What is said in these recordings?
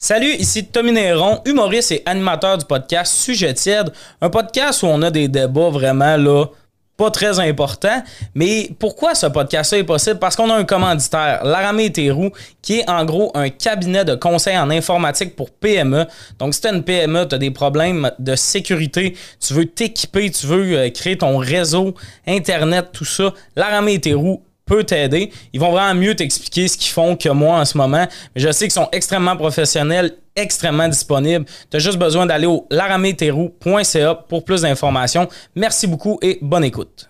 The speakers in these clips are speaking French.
Salut, ici Tommy Néron, humoriste et animateur du podcast Sujet tiède, un podcast où on a des débats vraiment là pas très importants. Mais pourquoi ce podcast-là est possible? Parce qu'on a un commanditaire, Laramé Théroux, qui est en gros un cabinet de conseil en informatique pour PME. Donc si tu as une PME, tu as des problèmes de sécurité, tu veux t'équiper, tu veux créer ton réseau, Internet, tout ça, Laramé Théroux peut t'aider. Ils vont vraiment mieux t'expliquer ce qu'ils font que moi en ce moment. Mais je sais qu'ils sont extrêmement professionnels, extrêmement disponibles. Tu as juste besoin d'aller au laraméthéroux.ca pour plus d'informations. Merci beaucoup et bonne écoute.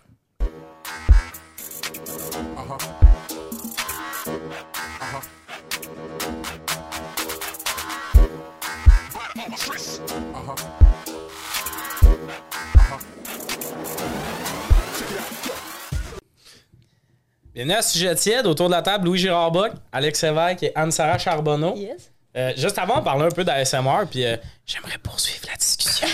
Bienvenue à Sujet tiède, autour de la table, Louis Girard Bock, Alex Sévesque et Anne-Sara Charbonneau. Yes. Juste avant, on parlait un peu d'ASMR, puis j'aimerais poursuivre la discussion.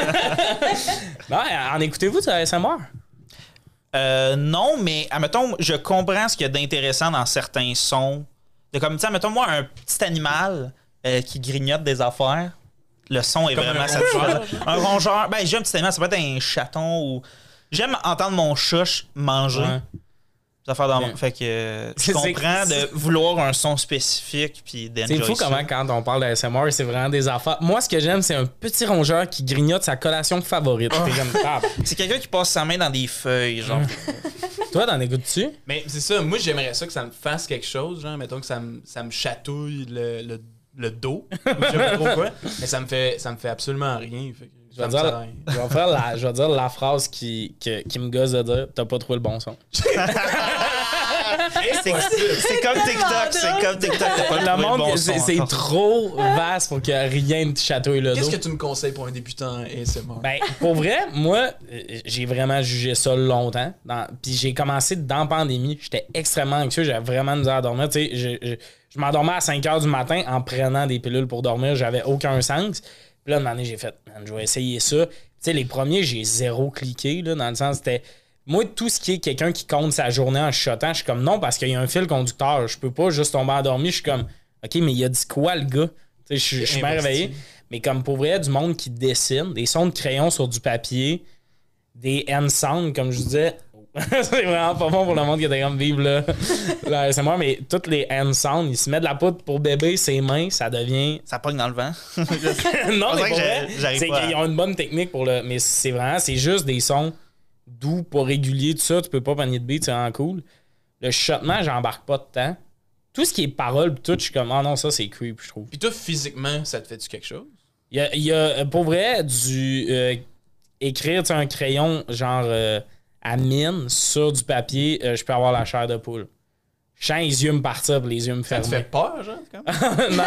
En écoutez-vous de ASMR? Non, mais admettons, je comprends ce qu'il y a d'intéressant dans certains sons. De comme, tu sais, admettons, moi, un petit animal qui grignote des affaires, le son est comme vraiment satisfaisant. Un rongeur, ben, j'ai un petit animal, ça peut être un chaton ou... J'aime entendre mon chat manger. Ouais. Fait que je comprends de vouloir un son spécifique puis d'enjoy. C'est fou comment quand on parle d'ASMR, c'est vraiment des affaires. Moi, ce que j'aime, c'est un petit rongeur qui grignote sa collation favorite. C'est quelqu'un qui passe sa main dans des feuilles, genre. Toi, t'en écoutes-tu? Mais c'est ça, moi j'aimerais ça que ça me fasse quelque chose, genre, mettons que ça me chatouille le dos, ou je sais pas trop quoi, mais ça me fait absolument rien. Fait que je vais dire la phrase qui me gosse de dire, t'as pas trouvé le bon son. C'est comme TikTok, t'as pas le monde, bon c'est trop vaste pour que rien ne te chatouille le dos. Qu'est-ce que tu me conseilles pour un débutant ASMR? Ben, pour vrai, moi, j'ai vraiment jugé ça longtemps. Puis j'ai commencé dans la pandémie, j'étais extrêmement anxieux, j'avais vraiment de misère à dormir. Tu sais, je m'endormais à 5h du matin en prenant des pilules pour dormir, j'avais aucun sens. Puis là, une année, j'ai fait, je vais essayer ça. Tu sais, les premiers, j'ai zéro cliqué, là, dans le sens, c'était... Moi, tout ce qui est quelqu'un qui compte sa journée en chuchotant, je suis comme non, parce qu'il y a un fil conducteur. Je peux pas juste tomber endormi. Je suis comme, OK, mais il a dit quoi, le gars? Tu sais, je suis bien réveillé. Mais comme pour vrai, du monde qui dessine, des sons de crayon sur du papier, des hand sounds, comme je disais... c'est vraiment pas bon pour le monde qui était comme vivre là. C'est moi, mais toutes les hand sounds, il se met de la poudre pour bébé, ses mains, ça devient. Ça pogne dans le vent. Non, mais c'est qu'ils ont une bonne technique pour le. Mais c'est vraiment, c'est juste des sons doux, pas réguliers, tout ça. Tu peux pas pogner de beat, c'est vraiment cool. Le chuchotement, j'embarque pas de temps. Tout ce qui est paroles, tout, je suis comme, ah non, ça c'est creep, je trouve. Puis toi, physiquement, ça te fait-tu quelque chose? Il y a pour vrai, écrire un crayon, genre. À mine, sur du papier, je peux avoir la chair de poule. Je sens les yeux me partir pour les yeux me fermer. Ça te fait peur, genre? Non,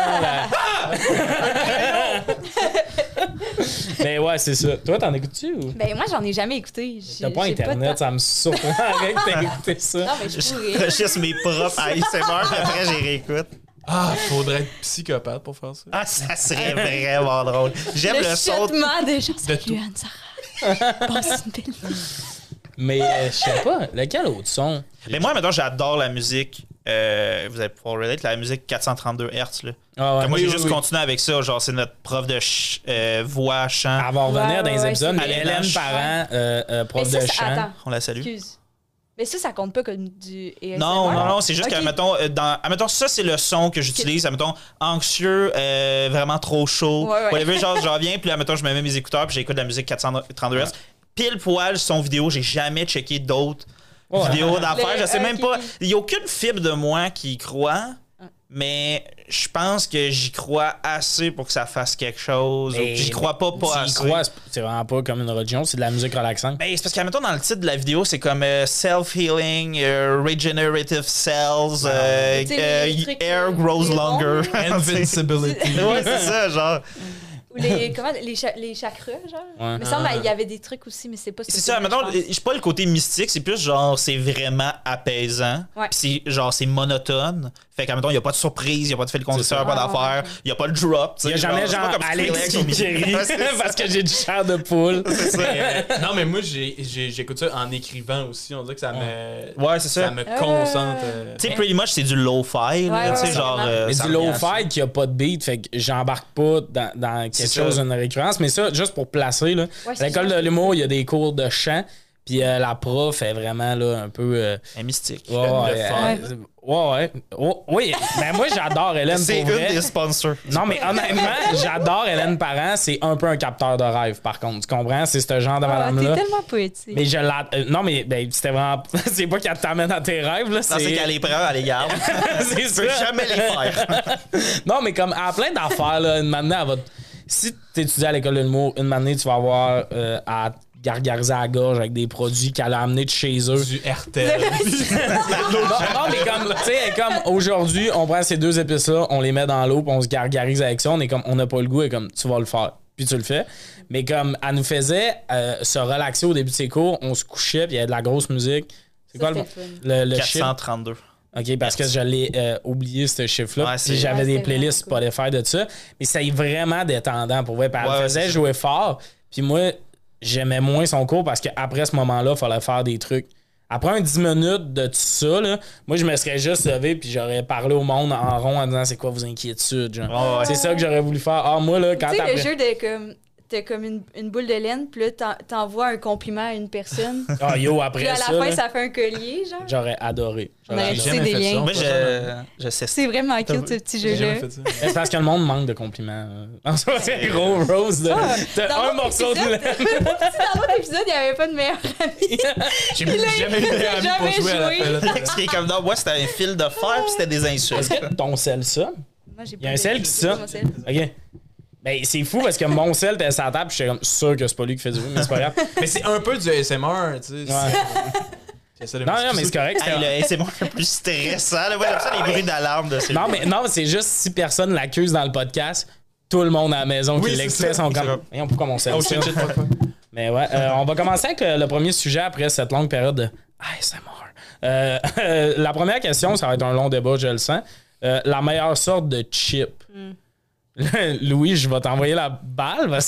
Mais ouais, c'est ça. Toi, t'en écoutes-tu? Ou? Ben moi, j'en ai jamais écouté. T'as pas Internet, ça me surprendrait que t'aies écouté ça. Non, mais je pourrais. Je juste mes propres ASMR, puis après, j'y réécoute. Ah, faudrait être psychopathe pour faire ça. Ah, ça serait vraiment drôle. J'aime le son. Des gens. Salut, Anne-Sara. Passe une belle vie. Mais je sais pas, lequel autre son? Mais moi, maintenant, j'adore la musique. Vous allez pouvoir relate, la musique 432 Hz. Là. Ah ouais, moi, j'ai juste continué avec ça. Genre, c'est notre prof de voix, chant. Elle va revenir dans les épisodes. Hélène Parent, prof de chant. Attends, on la salue. Excuse. Mais ça compte pas comme du ASMR. Non, c'est juste que, admettons, ça, c'est le son que j'utilise. Admettons, anxieux, vraiment trop chaud. Ouais. Genre, je reviens, puis admettons, je me mets mes écouteurs, puis j'écoute la musique 432 Hz. Pile poil son vidéo, j'ai jamais checké d'autres vidéos d'affaires. Je sais même pas. Il n'y a aucune fibre de moi qui y croit, mais je pense que j'y crois assez pour que ça fasse quelque chose. J'y crois pas assez. Crois, c'est vraiment pas comme une religion, c'est de la musique relaxante. Ben, c'est parce qu'à mettons dans le titre de la vidéo, c'est comme self-healing, regenerative cells, air grows longer. Invincibility. Ouais, c'est ça, genre. Ou les chakras, genre. Ouais. Mais ça, il y avait des trucs aussi, mais c'est pas C'est ça, maintenant, je sais pas le côté mystique, c'est plus genre, c'est vraiment apaisant. Ouais. Puis c'est monotone. Fait qu'à il y a pas de surprise, il y a pas de fil conducteur, pas d'affaires, il y a pas de drop. Il y a jamais c'est pas genre comme Alex qui Skrillex guérit parce que j'ai du chair de poule. C'est ça. Non, mais moi, j'écoute ça en écrivant aussi. On dirait que ça me. Ouais, c'est ça. Ça me concentre. Tu sais, pretty much, c'est du lo-fi. là, tu sais, genre. Mais ça du revient à low-fi qui a pas de beat, fait que j'embarque pas dans quelque C'est chose ça. d'une récurrence. Mais ça, juste pour placer, là, Ouais, à l'école de l'humour, il y a des cours de chant. Puis la prof est vraiment là, un peu. Un mystique. Oui, mais moi j'adore Hélène C'est pour vrai. une des sponsors. Non, mais honnêtement, j'adore Hélène Parent. C'est un peu un capteur de rêve, par contre. Tu comprends? C'est ce genre de madame-là. T'es tellement poétique. Mais non, mais c'était vraiment. C'est pas qu'elle t'amène à tes rêves, là. Non, c'est qu'elle les prend, elle les garde. C'est Tu peux ça. jamais les faire. Non, mais comme, elle a plein d'affaires, là. Une matinée, elle va. Si tu étudies à l'école de l'humour, une matinée, tu vas avoir à gargariser à la gorge avec des produits qu'elle a amenés de chez eux. Du RTL. Non, mais comme, tu sais, comme aujourd'hui, on prend ces 2 épices-là, on les met dans l'eau, puis on se gargarise avec ça. On est comme, on n'a pas le goût, et comme, tu vas le faire. Puis tu le fais. Mais comme, elle nous faisait se relaxer au début de ses cours, on se couchait, puis il y avait de la grosse musique. C'est quoi le chiffre? 432. OK, parce que je l'ai oublié, ce chiffre-là. Ouais, Puis j'avais des c'est playlists vraiment Spotify de ça. Mais c'est vraiment détendant pour vrai. Puis elle Ouais, me faisait c'est ça. jouer fort. Puis moi, j'aimais moins son cours parce qu'après ce moment-là, il fallait faire des trucs. Après un 10 minutes de tout ça, là, moi, je me serais juste levé puis j'aurais parlé au monde en rond en disant c'est quoi vos inquiétudes, genre. Ouais. C'est ça que j'aurais voulu faire. Ah, moi, là, quand Tu sais, le après... jeu de comme. T'as comme une boule de laine, puis là, t'envoies un compliment à une personne. Ah, yo, Puis après à la ça, fin, là, ça fait un collier, genre. j'aurais adoré. On aurait J'ai tissé jamais des fait ça. liens. Moi, je sais ça. C'est vraiment cute, ce petit J'ai jamais jeu-là. fait ça. C'est parce que le monde manque de compliments. Non, c'est un gros rose. Là. T'as Dans un l'autre morceau de épisode- laine. Dans l'autre épisode, il n'y avait pas de meilleur ami. J'ai Il a- jamais eu il a d'amis pour jamais jouer à la joué. pelote. Ce qui est comme dans moi, c'était un fil de fer puis c'était des insultes. Est-ce que ton sel ça? Moi, j'ai Il y a pas un de- sel qui j'ai pas ça. mon sel. OK. Ben, c'est fou parce que mon sel était sur la table, puis j'étais comme sûr que c'est pas lui qui fait du bruit, mais c'est pas grave. Mais c'est un peu du ASMR, tu sais. Ouais. J'essaie de Non, non, mais c'est correct. Hey, c'est moi le plus stressant. Là. Moi, j'aime ça, les bruits d'alarme de ces Non, mais c'est juste si personne l'accuse dans le podcast, tout le monde à la maison Oui, qui c'est l'extrait ça. sont C'est comme. vrai. Voyons, pourquoi mon sel Oh ça? shit, shit, fuck, fuck. Mais ouais, on va commencer avec le premier sujet après cette longue période de ASMR. La première question, ça va être un long débat, je le sens. La meilleure sorte de chip. Louis, je vais t'envoyer la balle parce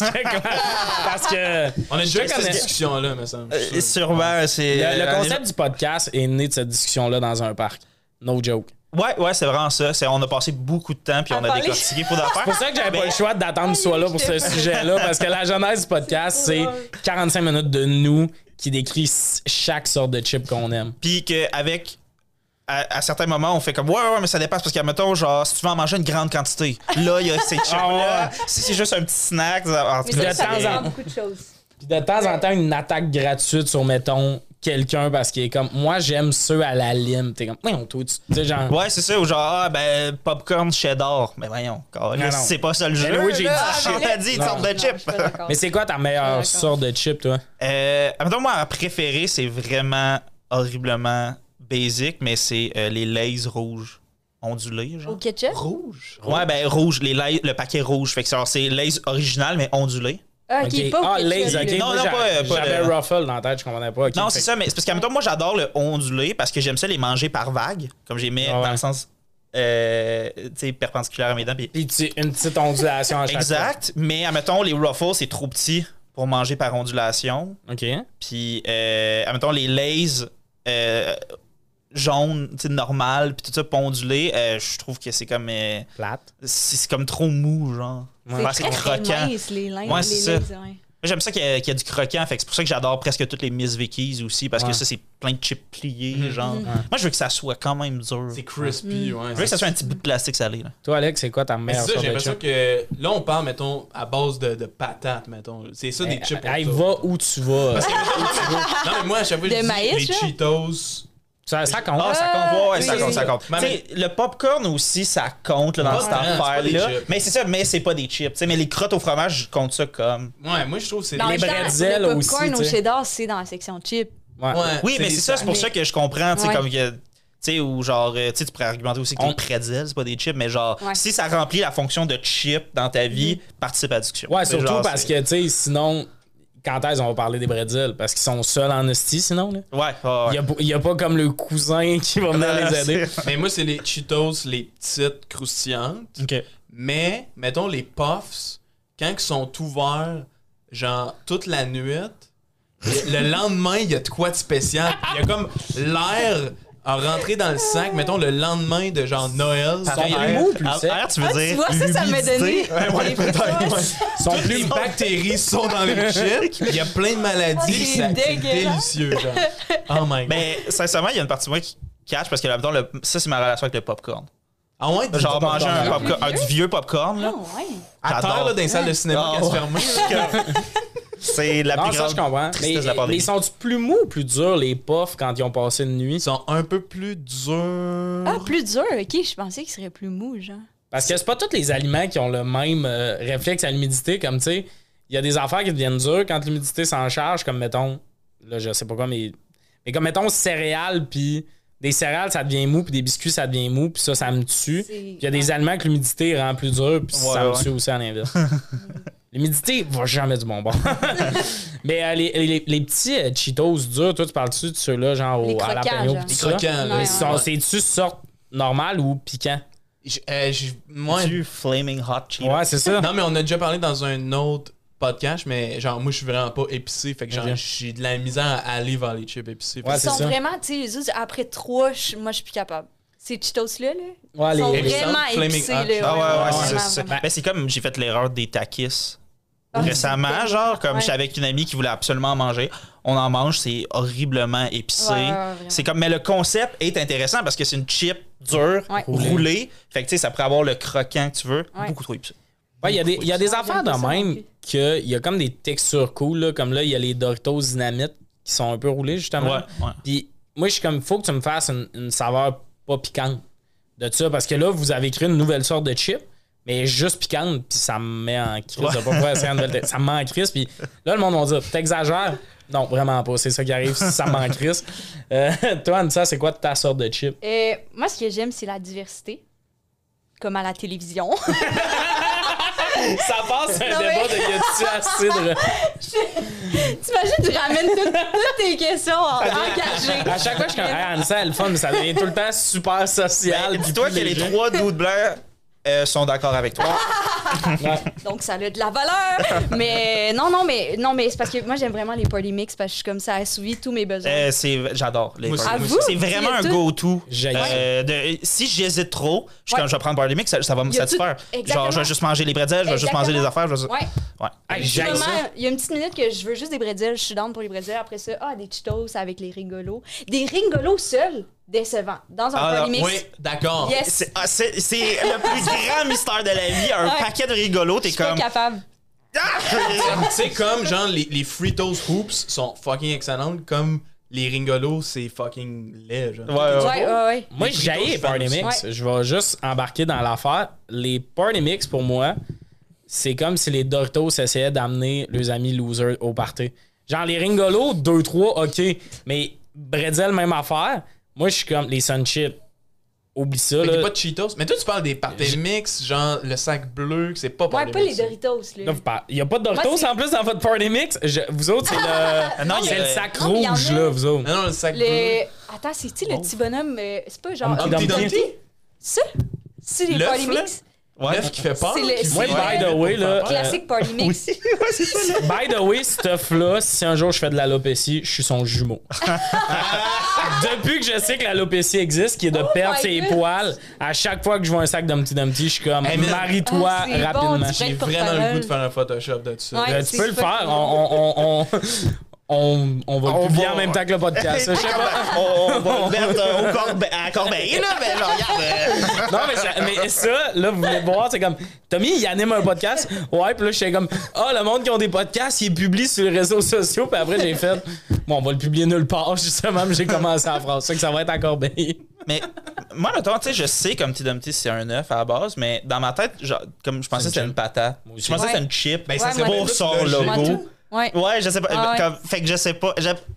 que On a déjà eu Je cette connais. discussion-là, me semble. Sûrement, c'est. le concept du podcast est né de cette discussion-là dans un parc. No joke. Ouais, c'est vraiment ça. On a passé beaucoup de temps puis À on a parler. décortiqué pour d'affaires. C'est pour ça que j'avais pas le choix d'attendre que tu sois là pour ce sujet-là, parce que la genèse du podcast, c'est 45 minutes de nous qui décrit chaque sorte de chip qu'on aime. Puis qu'avec. À certains moments, on fait comme ouais, mais ça dépasse parce que, mettons, genre, si tu veux en manger une grande quantité, là, il y a ces chips-là. Si c'est juste un petit snack, en tout Mais cas, ça de temps dépend en- beaucoup de choses. Puis de temps en temps, une attaque gratuite sur, mettons, quelqu'un parce qu'il est comme, moi, j'aime ceux à la lime. T'es comme, voyons, toi, tu sais, genre. Ouais, c'est ça, ou genre, popcorn cheddar. Mais voyons, Non. c'est pas ça le jeu. oui, j'ai là. dit J'ai pas dit une Non. sorte de Non, je chip. suis pas d'accord. Mais c'est quoi ta meilleure D'accord. sorte de chip, toi? Mettons, moi, ma préférée, c'est vraiment horriblement basic, mais c'est les Lay's rouges ondulés, genre. Au ketchup? Rouge. Ouais, ben rouge, le paquet rouge. Fait que c'est Lay's original, mais ondulé. Ah, ok, pas au ketchup. Lay's, ok. là. Non, Moi, non, pas j'avais le- Ruffle dans la tête, je comprenais pas. ok. Non, Fait c'est que- ça, mais c'est parce qu'en même temps, moi, j'adore le ondulé parce que j'aime ça les manger par vague, comme j'ai mis Ah ouais. dans le sens tu sais, perpendiculaire à mes dents. Puis- Puis une petite ondulation à chaque Exact, mais admettons, les Ruffles, c'est trop petit pour manger par ondulation. fois. OK. Puis, admettons, les Lay's jaunes, tu sais, normales, puis tout ça, pas ondulé, je trouve que c'est comme... Plate. c'est comme trop mou, genre. C'est Ouais, très, très croquant. mince, les lins. Ouais, les c'est ça. Lay's, ouais. Moi, j'aime ça qu'il y a du croquant, fait que c'est pour ça que j'adore presque toutes les Miss Vickies aussi, parce Ouais. que ça, c'est plein de chips pliés, genre. Moi, je veux que ça soit quand même dur. C'est crispy, ouais. Je veux que ça soit un petit bout de plastique salé, là. Toi, Alex, c'est quoi ta Mais meilleure c'est ça, sorte j'ai de l'impression chip? que là, on parle, mettons, à base de patates, mettons. C'est ça, des chips. Hey, pour va ça. où tu vas. Non, mais moi, à chaque fois, je De dis maïs, les genre? Cheetos. Ça compte. Ah, ça compte, ouais, oui, ça oui, compte, oui. ça compte. Mais- Tu sais, le popcorn aussi, ça compte là, dans Pas cette tant, c'est pas des affaire-là. chips. Mais c'est ça, mais c'est pas des chips. Tu sais, mais les crottes au fromage, je compte ça comme. Ouais, moi, je trouve que c'est Dans Les le temps, bretzels le aussi, popcorn tu au sais. cheddar, c'est dans la section chip. Ouais. Oui, mais c'est ça, c'est pour ça que je comprends, tu sais, Ouais. comme que. Tu sais, ou genre, tu pourrais argumenter aussi que les pretzels, c'est pas des chips, mais genre, si ça remplit la fonction de chip dans ta vie, participe à la discussion. Ouais, surtout genre, parce que, tu sais, sinon, quand est-ce qu'on va parler des pretzels? Parce qu'ils sont seuls en hostie, sinon, là. Ouais. Il y a pas comme le cousin qui va venir les aider. Mais moi, c'est les Cheetos, les petites croustillantes. OK. Mais, mettons, les Puffs, quand ils sont ouverts, genre, toute la nuit, le lendemain, il y a de quoi de spécial. Il y a comme l'air à rentrer dans le sac, mettons, le lendemain de genre Noël. Ils sont plus mous, plus secs. Tu veux dire? Tu vois, ça m'a donné. Toutes les bactéries sont dans les chips. Il y a plein de maladies. C'est délicieux, genre. Oh my God. Mais, sincèrement, il y a une partie de moi qui cache parce que, là, ça, c'est ma relation avec le popcorn. Ah ouais? Genre, manger du vieux popcorn, là. Oh, ouais. À terre, là, dans les salles de cinéma qui se ferment. C'est la non, plus ça, je comprends. Mais ils sont plus mous ou plus durs, les puffs, quand ils ont passé une nuit? Ils sont un peu plus durs. Ah, plus dur? OK, je pensais qu'ils seraient plus mous, genre. Parce que c'est pas tous les aliments qui ont le même réflexe à l'humidité. Comme, tu sais, il y a des affaires qui deviennent dures quand l'humidité s'en charge, comme, mettons, là, je sais pas quoi, mais comme, mettons, céréales, puis des céréales, ça devient mou, puis des biscuits, ça devient mou, puis ça me tue. Puis il y a des aliments que l'humidité rend plus dur, puis ça me tue aussi à l'inverse. L'humidité va jamais du bon bord. Mais les petits Cheetos durs, toi, tu parles-tu de ceux-là, genre à l'apéro? Les croquants, là. C'est-tu sorte normale ou piquant? Moi, du Flaming Hot Cheetos. Ouais, c'est ça. Non, mais on a déjà parlé dans un autre podcast, mais genre, moi, je suis vraiment pas épicé. Fait que genre, j'ai de la misère à aller vers les chips épicés. Ouais, ils sont vraiment, tu sais, les autres, après 3, moi, je suis plus capable. Ces Cheetos-là, ouais, ils sont vraiment épicés. Ah ouais, c'est ça. Ben, c'est comme j'ai fait l'erreur des Takis. Récemment, genre, comme j'étais avec une amie qui voulait absolument en manger. On en mange, c'est horriblement épicé. C'est comme, mais le concept est intéressant parce que c'est une chip dure, roulée. Fait que, tu sais, ça pourrait avoir le croquant que tu veux. Beaucoup trop épicé. Ouais, il y a des affaires de même qu'il y a comme des textures cool, là, comme là, il y a les Doritos Dynamite qui sont un peu roulés, justement. Puis moi, je suis comme, faut que tu me fasses une saveur pas piquante de ça, parce que là, vous avez créé une nouvelle sorte de chip, mais juste piquante, puis ça me met en crise. De pas pouvoir essayer une nouvelle ça me met en crise, puis là, le monde va dire, t'exagères? Non, vraiment pas. C'est ça qui arrive si ça me met en crise. Toi, Anissa, c'est quoi ta sorte de chip? Moi, ce que j'aime, c'est la diversité, comme à la télévision. Ça passe un débat de y a-tu assez de. T'imagines, je ramène toutes tes questions engagées. À chaque fois, je suis comme, Anissa, elle est fun, mais ça devient tout le temps super social. Dis-toi que les 3 dudes blancs sont d'accord avec toi. Donc, ça a de la valeur. Mais non, mais c'est parce que moi, j'aime vraiment les party mix parce que je suis comme ça, assouvit tous mes besoins. J'adore les party mix. Vous, c'est vraiment un go-to. Si j'hésite trop, je vais prendre party mix, ça va me satisfaire. Genre, je vais juste manger les pretzels, je vais juste manger les affaires. Il y a une petite minute que je veux juste des pretzels, je suis down pour les pretzels. Après ça, des Cheetos avec les ringolos. Des ringolos seuls, décevant. Dans un party mix. Oui, d'accord. Yes. C'est le plus grand mystère de la vie. Un paquet de rigolos, t'es comme... Je suis pas capable. Tu sais, comme genre les Fritos Hoops sont fucking excellentes, comme les Ringolos, c'est fucking laid. Genre. Ouais. Moi, j'ai les Party Mix. Je vais juste embarquer dans l'affaire. Les Party Mix, pour moi, c'est comme si les Doritos essayaient d'amener leurs amis losers au party. Genre, les Ringolos, 2-3, OK. Mais Bretzel, même affaire. Moi, je suis comme les Sunchips. Oublie ça. Fait là. qu'il y a pas de Cheetos. Mais toi, tu parles des party mix, genre le sac bleu, que c'est pas party pas mix. les Doritos. Là. Il n'y a pas de Doritos en plus dans votre party mix. Vous autres, c'est le sac rouge, là, vous autres. Non, le sac bleu. Attends, c'est-tu le petit bonhomme? C'est pas genre. Humpty Dumpty? Ça? C'est les party mix? L'œuf qui fait peur. Moi, by the way, là. Classique party mix. c'est ça. By the way, ce stuff-là, si un jour je fais de l'alopécie, je suis son jumeau. Depuis que je sais que l'alopécie existe, qui est de perdre ses poils, à chaque fois que je vois un sac d'Humpty Dumpty, je suis comme, marie-toi rapidement. J'ai vraiment le goût de faire un Photoshop de ça. Tu peux le faire. On va le publier en même temps que le podcast. Je sais pas. On va le mettre à Corbeil, là, mais genre, regarde. Non, mais ça, là, vous venez de voir, c'est comme, Tommy, il anime un podcast. Ouais, puis là, j'étais comme, le monde qui ont des podcasts, ils publient sur les réseaux sociaux. Puis après, j'ai fait, bon, on va le publier nulle part, justement, mais j'ai commencé la phrase. C'est que ça va être à Corbeil. Mais moi, mettons, tu sais, je sais comme Humpty Dumpty, c'est un œuf à la base, mais dans ma tête, genre, comme je pensais que c'était une patate. Je pensais que c'était une chip. Ben, ça serait pour son logo. Ouais, je sais pas. Fait que je sais pas.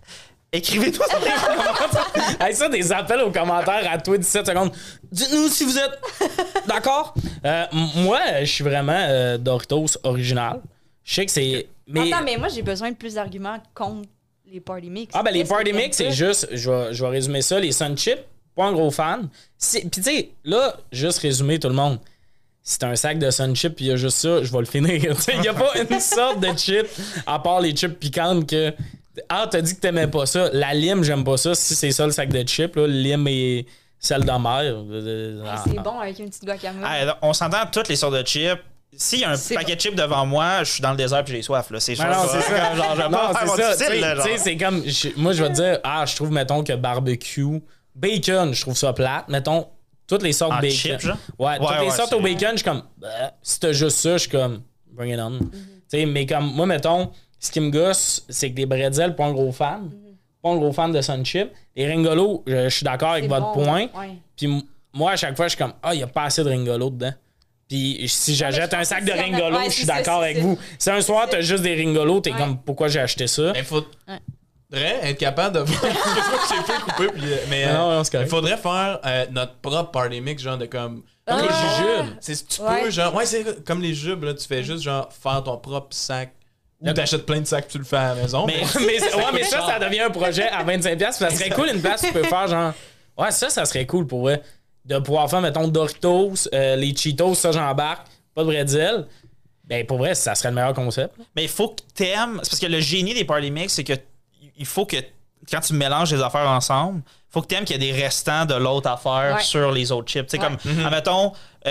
Écrivez-nous dans les commentaires. Hey, ça, des appels aux commentaires à toi 17 secondes. Dites-nous si vous êtes d'accord. Moi, je suis vraiment Doritos original. Je sais que c'est... Mais... Attends, mais moi, j'ai besoin de plus d'arguments contre les Party Mix. Ah, ben les Party Mix, c'est juste... Je vais résumer ça. Les Sun Chips, pas un gros fan. Puis tu sais, là, juste résumer tout le monde. Si t'as un sac de Sun Chips pis il y a juste ça, je vais le finir. Il n'y a pas une sorte de chip, à part les chips piquantes que... Ah, t'as dit que t'aimais pas ça. La lime, j'aime pas ça. Si c'est ça le sac de chips, là, lime et sel de mer. C'est bon avec une petite guacamole. On s'entend toutes les sortes de chips. S'il y a un paquet de chips devant moi, je suis dans le désert puis j'ai soif. Là. C'est sûr. Non, c'est ça. Non, c'est ça. Tu sais, c'est comme... Moi, je vais te dire, je trouve, mettons, que barbecue... Bacon, je trouve ça plate. Mettons, toutes les sortes de bacon. Chips, genre? Ouais, toutes les sortes au bacon, je suis comme... si t'as juste ça, je suis comme... Bring it on. Tu sais, mais comme... Moi, mettons... Ce qui me gosse, c'est que des bretzels, pas un gros fan. Pas un gros fan de Sun Chip. Les Ringolos, je suis d'accord avec votre point. Ouais. Puis moi, à chaque fois, je suis comme, il n'y a pas assez de Ringolos dedans. Puis si j'achète un sac de Ringolos, je suis d'accord avec vous. Si un soir, t'as juste des Ringolos, t'es comme, pourquoi j'ai acheté ça? Il faudrait être capable de faire. Excuse-moi que j'ai fait couper. Mais il faudrait faire notre propre Party Mix, genre de comme. Comme les jujubes. Tu peux, genre. Ouais, c'est comme les jujubes, là. Tu fais juste, genre, faire ton propre sac. Ou t'achètes plein de sacs et tu le fais à la maison. Mais ça devient un projet à 25$. Ça serait cool, une place où tu peux faire genre. Ouais, ça serait cool pour vrai. De pouvoir faire, mettons, Doritos, les Cheetos, ça j'embarque, pas de bretzel. Ben, pour vrai, ça serait le meilleur concept. Mais il faut que t'aimes. C'est parce que le génie des Party Mix, c'est que il faut que quand tu mélanges les affaires ensemble, il faut que t'aimes qu'il y ait des restants de l'autre affaire sur les autres chips. Tu sais, comme, admettons,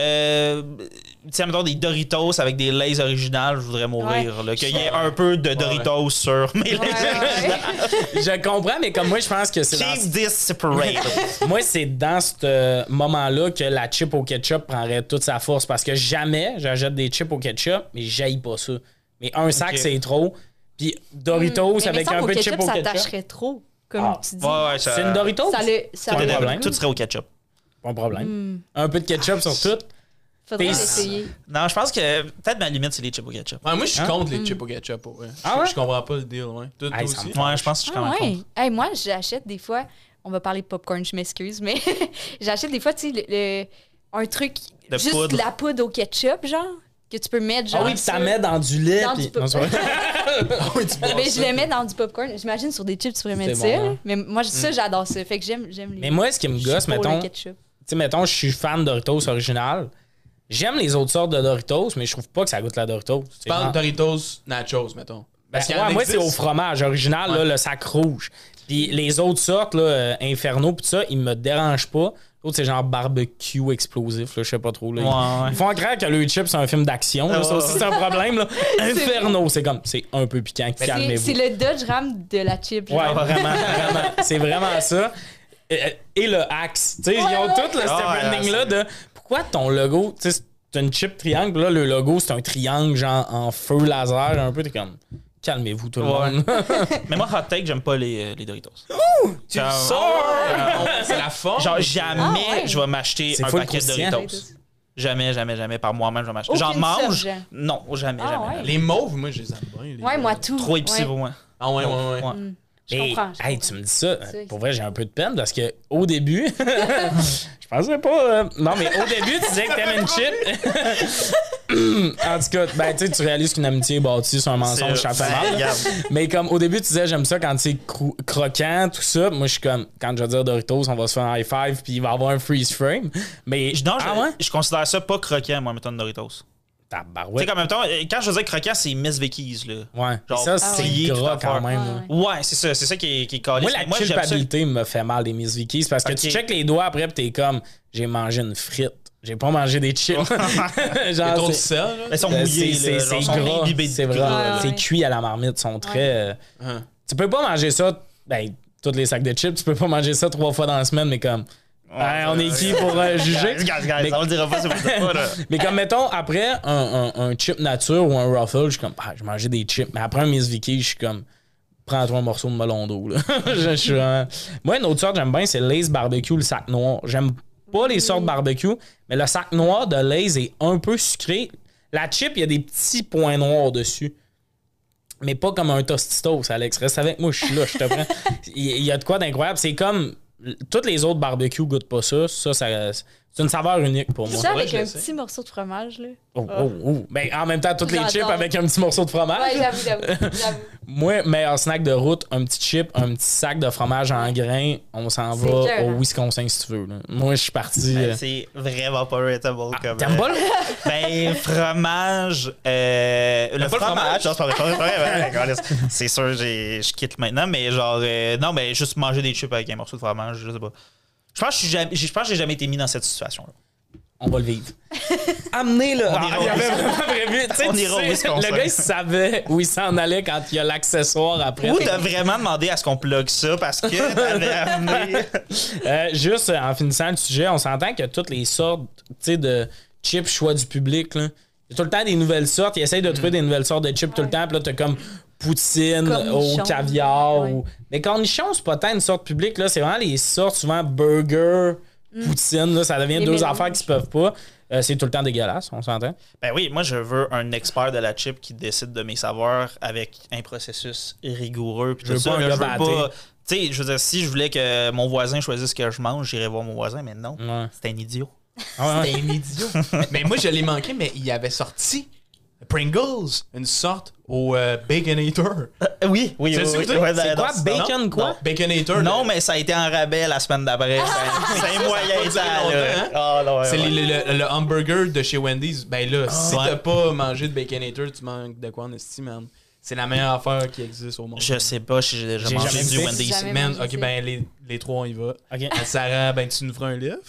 des Doritos avec des Lay's originales, je voudrais mourir. Là, qu'il y ait un peu de Doritos sur mes Lay's originales. Je comprends, mais comme moi, je pense que c'est Keep this separate. Moi, c'est dans ce moment-là que la chip au ketchup prendrait toute sa force. Parce que jamais j'achète des chips au ketchup, mais j'haïs pas ça. Mais un sac, c'est trop. Puis Doritos avec un peu de chip au ketchup. Ça tâcherait trop, comme tu dis. Ouais, c'est une Doritos? Ça pas de problème. Tout serait au ketchup. Pas de problème. Un peu de ketchup sur tout. Faudrait l'essayer. Non, je pense que peut-être ma limite, c'est les chips au ketchup. Ouais, moi, je suis contre les chips au ketchup. Ouais. Je comprends pas le deal. Ouais. Toi aussi? Ouais, je pense que je suis quand même contre. Hey, moi, j'achète des fois... On va parler de popcorn, je m'excuse, mais j'achète des fois, tu sais, un truc... De juste poudre. de la poudre au ketchup, genre, que tu peux mettre, genre... Ah oui, puis ça met dans du lait. Dans du popcorn. Mais je le mets dans du popcorn. J'imagine sur des chips, tu pourrais mettre ça. Bon, hein. Mais moi, ça, j'adore ça. Fait que j'aime les... Mais moi, ce qui me gosse, mettons... Tu sais, mettons, je suis fan de Doritos original. J'aime les autres sortes de Doritos, mais je trouve pas que ça goûte la Doritos. Tu parles de Doritos Nachos, mettons. Parce moi, c'est au fromage original, là, le sac rouge. Puis les autres sortes, là, Inferno, pis tout ça, ils me dérangent pas. L'autre, c'est genre barbecue explosif, là, je sais pas trop. Là. Ils font croire que le chip, c'est un film d'action. Ça aussi, c'est un problème. Là. Inferno, c'est comme, c'est un peu piquant. Calmez-vous. C'est le Dodge Ram de la chip. Ouais, vraiment. C'est vraiment ça. Et le Axe. Tu sais, ils ont tout ce branding-là de pourquoi ton logo, tu sais, c'est une chip triangle, là, le logo, c'est un triangle, genre en feu laser, un peu, t'es comme. Calmez-vous tout le monde. Mais moi, hot take, j'aime pas les Doritos. Tu le sors! C'est la forme. Genre, jamais je vais m'acheter un paquet de Doritos. Jamais par moi-même, je vais m'acheter. J'en mange. Non, jamais. Les mauves, moi, je les aime bien. Ouais, moi, tout. Trop épicé pour moi. Ah ouais. Je comprends. Hey, tu me dis ça. Pour vrai, j'ai un peu de peine parce que au début, je pensais pas. Non, mais au début, tu disais que t'aimes une chip. En tout cas, ben, tu réalises qu'une amitié est bâtie sur un mensonge, ça fait mal. Mais comme au début, tu disais, j'aime ça quand c'est croquant, tout ça. Moi, je suis comme, quand je vais dire Doritos, on va se faire un high five puis il va y avoir un freeze frame. Mais je considère ça pas croquant, moi, mettons, de Doritos. Tu sais, en même temps, quand je veux dire croquant, c'est Miss Vicky's, là. Ouais. Genre, ça, c'est gras quand même. Ouais, c'est ça qui est calé. Moi, la culpabilité me fait mal des Miss Vicky's parce que tu checkes les doigts après pis t'es comme, j'ai mangé une frite. J'ai pas mangé des chips. Genre, trop de sel. Ils sont mouillés, c'est gras. C'est vrai. C'est cuit à la marmite. Ils sont très... Tu peux pas manger ça... Ben, tous les sacs de chips, tu peux pas manger ça 3 fois dans la semaine, mais comme... on est qui pour juger? Ça on dira pas, c'est pas là. Mais comme, mettons, après un chip nature ou un Ruffle, je suis comme, je mangeais des chips. Mais après un Miss Vicky, je suis comme, prends-toi un morceau de melon d'eau. Moi, une autre sorte que j'aime bien, c'est Lay's Barbecue, le sac noir. J'aime pas les sortes barbecue, mais le sac noir de Lay's est un peu sucré. La chip, il y a des petits points noirs dessus. Mais pas comme un Tostitos, Alex. Reste avec moi, je suis là, je te prends. Il y a de quoi d'incroyable. C'est comme... Toutes les autres barbecues goûtent pas ça. C'est une saveur unique pour moi. Ça avec un petit morceau de fromage, là. Ben, en même temps, toutes les chips avec un petit morceau de fromage. Ouais, j'avoue. Moi, meilleur snack de route, un petit chip, un petit sac de fromage en grains. On s'en va au Wisconsin si tu veux. Là. Moi, je suis parti. C'est vraiment pas rateable comme. T'aimes pas, là? Ben, fromage. Le fromage. Non, c'est pas vrai. C'est sûr, je quitte maintenant, mais genre. Non, mais juste manger des chips avec un morceau de fromage, je sais pas. Je pense que j'ai jamais été mis dans cette situation-là. On va le vivre. Amenez-le. Il avait vraiment prévu. On ira au Wisconsin. Le gars, il savait où il s'en allait quand il y a l'accessoire après. Ou t'as vraiment demandé à ce qu'on plug ça parce que t'avais amené. Juste en finissant le sujet, on s'entend que toutes les sortes de chips choix du public, là, il y a tout le temps des nouvelles sortes. Ils essayent de trouver des nouvelles sortes de chips tout le temps. Puis là, t'as comme poutine au caviar. Mais cornichon, c'est pas tant une sorte publique. Là, c'est vraiment les sortes, souvent burger, poutine. Là, ça devient deux affaires qui se peuvent pas. C'est tout le temps dégueulasse, on s'entend? Ben oui, moi, je veux un expert de la chip qui décide de mes saveurs avec un processus rigoureux. Puis tout ça, je veux pas... Tu sais, je veux dire, si je voulais que mon voisin choisisse ce que je mange, j'irais voir mon voisin, mais non. C'est un idiot. C'était un idiot. Mais moi, je l'ai manqué, mais il avait sorti Pringles, une sorte au Baconator. Oui. C'est quoi? Bacon quoi? Non, Baconator. Non, mais ça a été en rabais la semaine d'après. C'est un moyen temps. C'est le hamburger de chez Wendy's. Ben là, si t'as pas mangé de Baconator, tu manques de quoi en estime, man. C'est la meilleure affaire qui existe au monde. Je sais pas si j'ai déjà mangé du Wendy's. Man, ok, ben les trois, on y va. Okay. Sarah, ben tu nous feras un livre.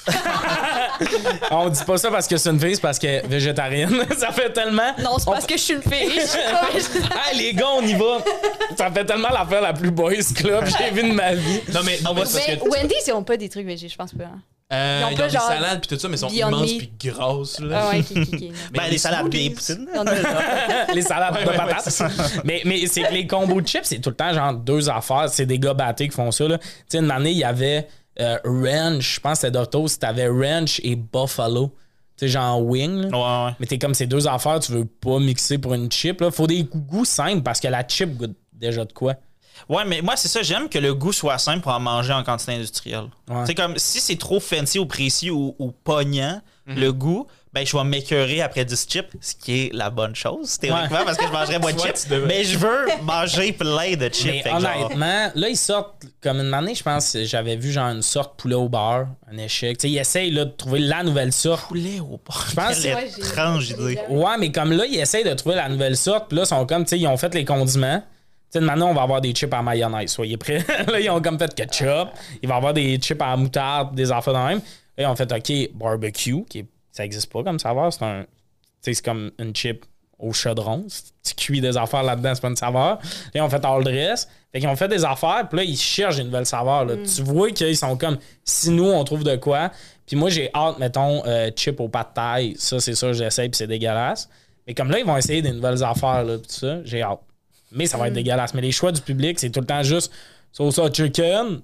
On dit pas ça parce que c'est une fille, c'est parce qu'elle est végétarienne. Ça fait tellement... Non, c'est parce que je suis une fille. Hey, les gars, on y va. Ça fait tellement l'affaire la plus boys club que j'ai vue de ma vie. Non, mais Wendy's, ils ont pas des trucs végés, je pense pas. Hein. Ils ont des salades puis tout ça, mais ils sont immenses puis grosses. Là. Ah ouais, ok. Ben, les salades bien poutine. Les salades de patates. Mais c'est que les combos de chips, c'est tout le temps genre deux affaires. C'est des gars battés qui font ça. Tu sais, une année, il y avait Ranch. Je pense que c'était Doritos. T'avais Ranch et Buffalo. Tu sais, genre wing. Ouais. Mais t'es comme ces deux affaires, tu veux pas mixer pour une chip. Là. Faut des goûts simples parce que la chip goûte déjà de quoi. Ouais, mais moi, c'est ça. J'aime que le goût soit simple pour en manger en quantité industrielle. Ouais. C'est comme si c'est trop fancy ou précis ou pognant, le goût, ben je vais m'écœurer après 10 chips, ce qui est la bonne chose, théoriquement, parce que je mangerais moins de chips. Mais je veux manger plein de chips. Mais honnêtement, là, ils sortent comme une année, je pense, j'avais vu genre une sorte poulet au beurre, un échec. T'sais, ils essayent là, de trouver la nouvelle sorte. Poulet au beurre. Je pense c'est étrange idée. Ouais, mais comme là, ils essayent de trouver la nouvelle sorte, puis là, ils sont comme, tu sais, ils ont fait les condiments. Tu sais, maintenant, on va avoir des chips à mayonnaise. Soyez prêts. Là, ils ont comme fait ketchup. Il va y avoir des chips à moutarde, des affaires de même. Là, ils ont fait, OK, barbecue, ça n'existe pas comme saveur. C'est comme une chip au chaudron. Tu cuis des affaires là-dedans, c'est pas une saveur. Là, ils ont fait all dress. Fait qu'ils ont fait des affaires, puis là, ils cherchent des nouvelles saveurs. Là. Tu vois qu'ils sont comme, si nous, on trouve de quoi. Puis moi, j'ai hâte, mettons, chip au pad thai. Ça, c'est ça, j'essaie, puis c'est dégueulasse. Mais comme là, ils vont essayer des nouvelles affaires, là, puis tout ça, j'ai hâte. Mais ça va être dégueulasse. Mais les choix du public, c'est tout le temps juste sauce chicken,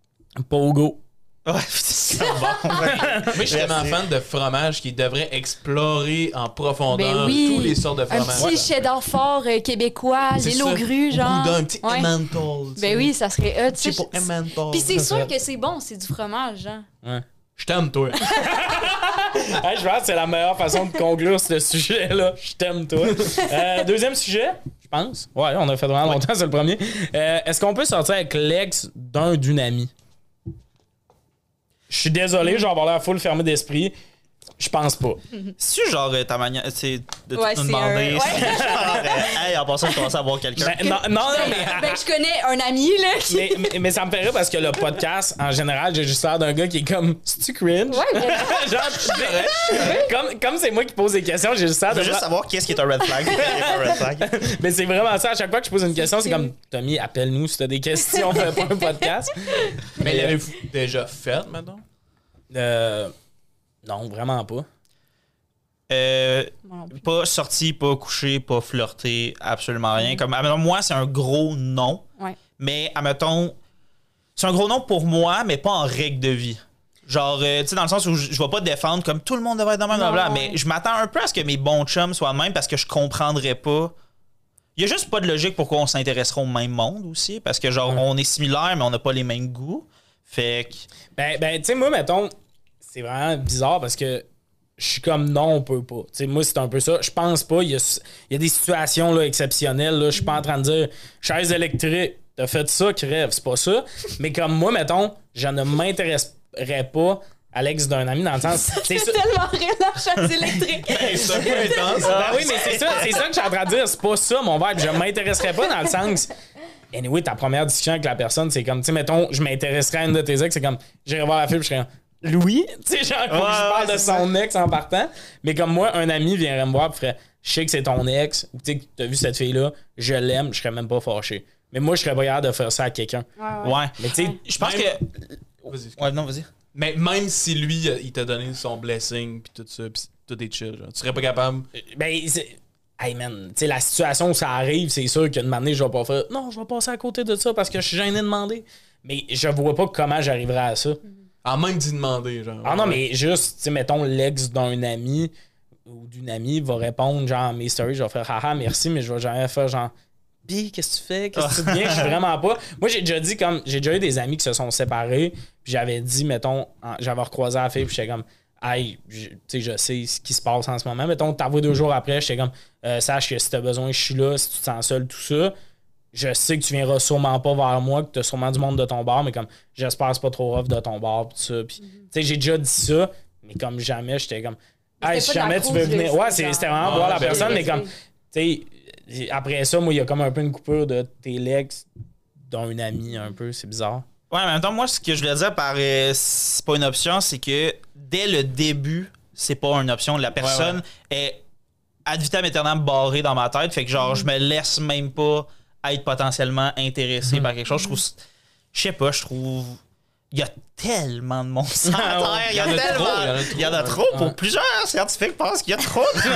pogo. Ouais, c'est bon. Moi, je suis tellement fan de fromage qui devrait explorer en profondeur tous les sortes de fromages. Un petit cheddar fort québécois, l'île aux grues, genre. Ou d'un petit Emmental. Ben oui, ça serait hot. Pour Emmental. Puis c'est sûr que c'est bon, c'est du fromage, genre. Ouais. Je t'aime, toi. Hey, je pense que c'est la meilleure façon de conclure ce sujet-là. Je t'aime, toi. Deuxième sujet, je pense. Ouais, on a fait vraiment longtemps, c'est le premier. Est-ce qu'on peut sortir avec l'ex d'une amie? Je suis désolé, je vais avoir l'air full fermé d'esprit. Je pense pas. Si genre ta manière c'est de te demander si genre hey, en passant je commence à voir quelqu'un. Non, mais je connais un ami là qui... mais ça me fait rire parce que le podcast en général, j'ai juste l'air d'un gars qui est comme c'est-tu cringe? Ouais, mais... genre comme c'est moi qui pose des questions, j'ai juste l'air de juste savoir qui est-ce qui est un red flag. Mais c'est vraiment ça, à chaque fois que je pose une question, c'est comme Tommy, appelle-nous si t'as des questions, fais pas un podcast. Mais l'avez-vous déjà fait maintenant? Non, vraiment pas. Pas sorti, pas couché, pas flirté, absolument rien. Comme, admettons, moi, c'est un gros non. Ouais. Mais, admettons, c'est un gros non pour moi, mais pas en règle de vie. Genre, tu sais, dans le sens où je vais pas défendre comme tout le monde devrait être dans le même, mais je m'attends un peu à ce que mes bons chums soient de même parce que je comprendrais pas Il y a juste pas de logique pourquoi on s'intéresserait au même monde aussi. Parce que, genre, on est similaires, mais on n'a pas les mêmes goûts. Fait que. Ben, tu sais, moi, mettons, c'est vraiment bizarre parce que je suis comme non, on peut pas. Tu sais, moi, c'est un peu ça. Je pense pas. Il y a des situations là, exceptionnelles. Là. Je suis pas en train de dire chaise électrique, t'as fait ça, crève. C'est pas ça. Mais comme moi, mettons, je ne m'intéresserais pas à l'ex d'un ami dans le sens. C'est tellement rien la chaise électrique. C'est un peu intense. Ben oui, mais c'est ça que je suis en train de dire. C'est pas ça, mon verbe. Je m'intéresserais pas dans le sens. Anyway, ta première discussion avec la personne, c'est comme, tu sais, mettons, je m'intéresserais à une de tes ex, c'est comme, j'irais voir la fille, puis je serais comme, Louis, tu sais, genre, faut que je parle de son ex en partant. Mais comme moi, un ami viendrait me voir, puis ferait, je sais que c'est ton ex, ou tu sais, que t'as vu cette fille-là, je l'aime, je serais même pas fâché. Mais moi, je serais pas capable de faire ça à quelqu'un. Ouais. Mais tu sais, je pense que. Vas-y. Ouais, non, vas-y. Mais même si lui, il t'a donné son blessing, puis tout ça, puis tout est chill, genre, tu serais pas capable. Ben, hey man, tu sais, la situation où ça arrive, c'est sûr qu'une année, je vais pas faire non, je vais passer à côté de ça parce que je suis gêné de demander. Mais je vois pas comment j'arriverais à ça. En même d'y demander, genre. Ah non, mais juste, tu sais, mettons, l'ex d'un ami ou d'une amie va répondre, genre, à mes stories, je vais faire haha, merci, mais je vais jamais faire genre, pis, qu'est-ce que tu fais? Qu'est-ce que tu deviens? Je suis vraiment pas. Moi, j'ai déjà dit, comme, j'ai déjà eu des amis qui se sont séparés, puis j'avais dit, mettons, j'avais recroisé la fille, puis j'étais comme, hey, tu sais, je sais ce qui se passe en ce moment. Mettons, t'envoies 2 jours après, j'étais comme, sache que si t'as besoin, je suis là, si tu te sens seul, tout ça. Je sais que tu viendras sûrement pas vers moi, que t'as sûrement du monde de ton bar, mais comme, j'espère que c'est pas trop rough de ton bar, pis tout ça. Puis, tu sais, j'ai déjà dit ça, mais comme jamais, j'étais comme, hey, si jamais tu veux venir. Ouais, c'était vraiment voir la personne, mais comme, tu sais, après ça, moi, il y a comme un peu une coupure de tes legs d'un ami, un peu, c'est bizarre. Ouais, en même temps, moi, ce que je voulais dire par c'est pas une option, c'est que dès le début, c'est pas une option. La personne est ad vitam aeternam barrée dans ma tête. Fait que genre, je me laisse même pas être potentiellement intéressé par quelque chose. Je trouve. Je sais pas, je trouve. Il y a tellement de monde sur la Terre. Il y en a trop. Pour plusieurs scientifiques pensent qu'il y a trop de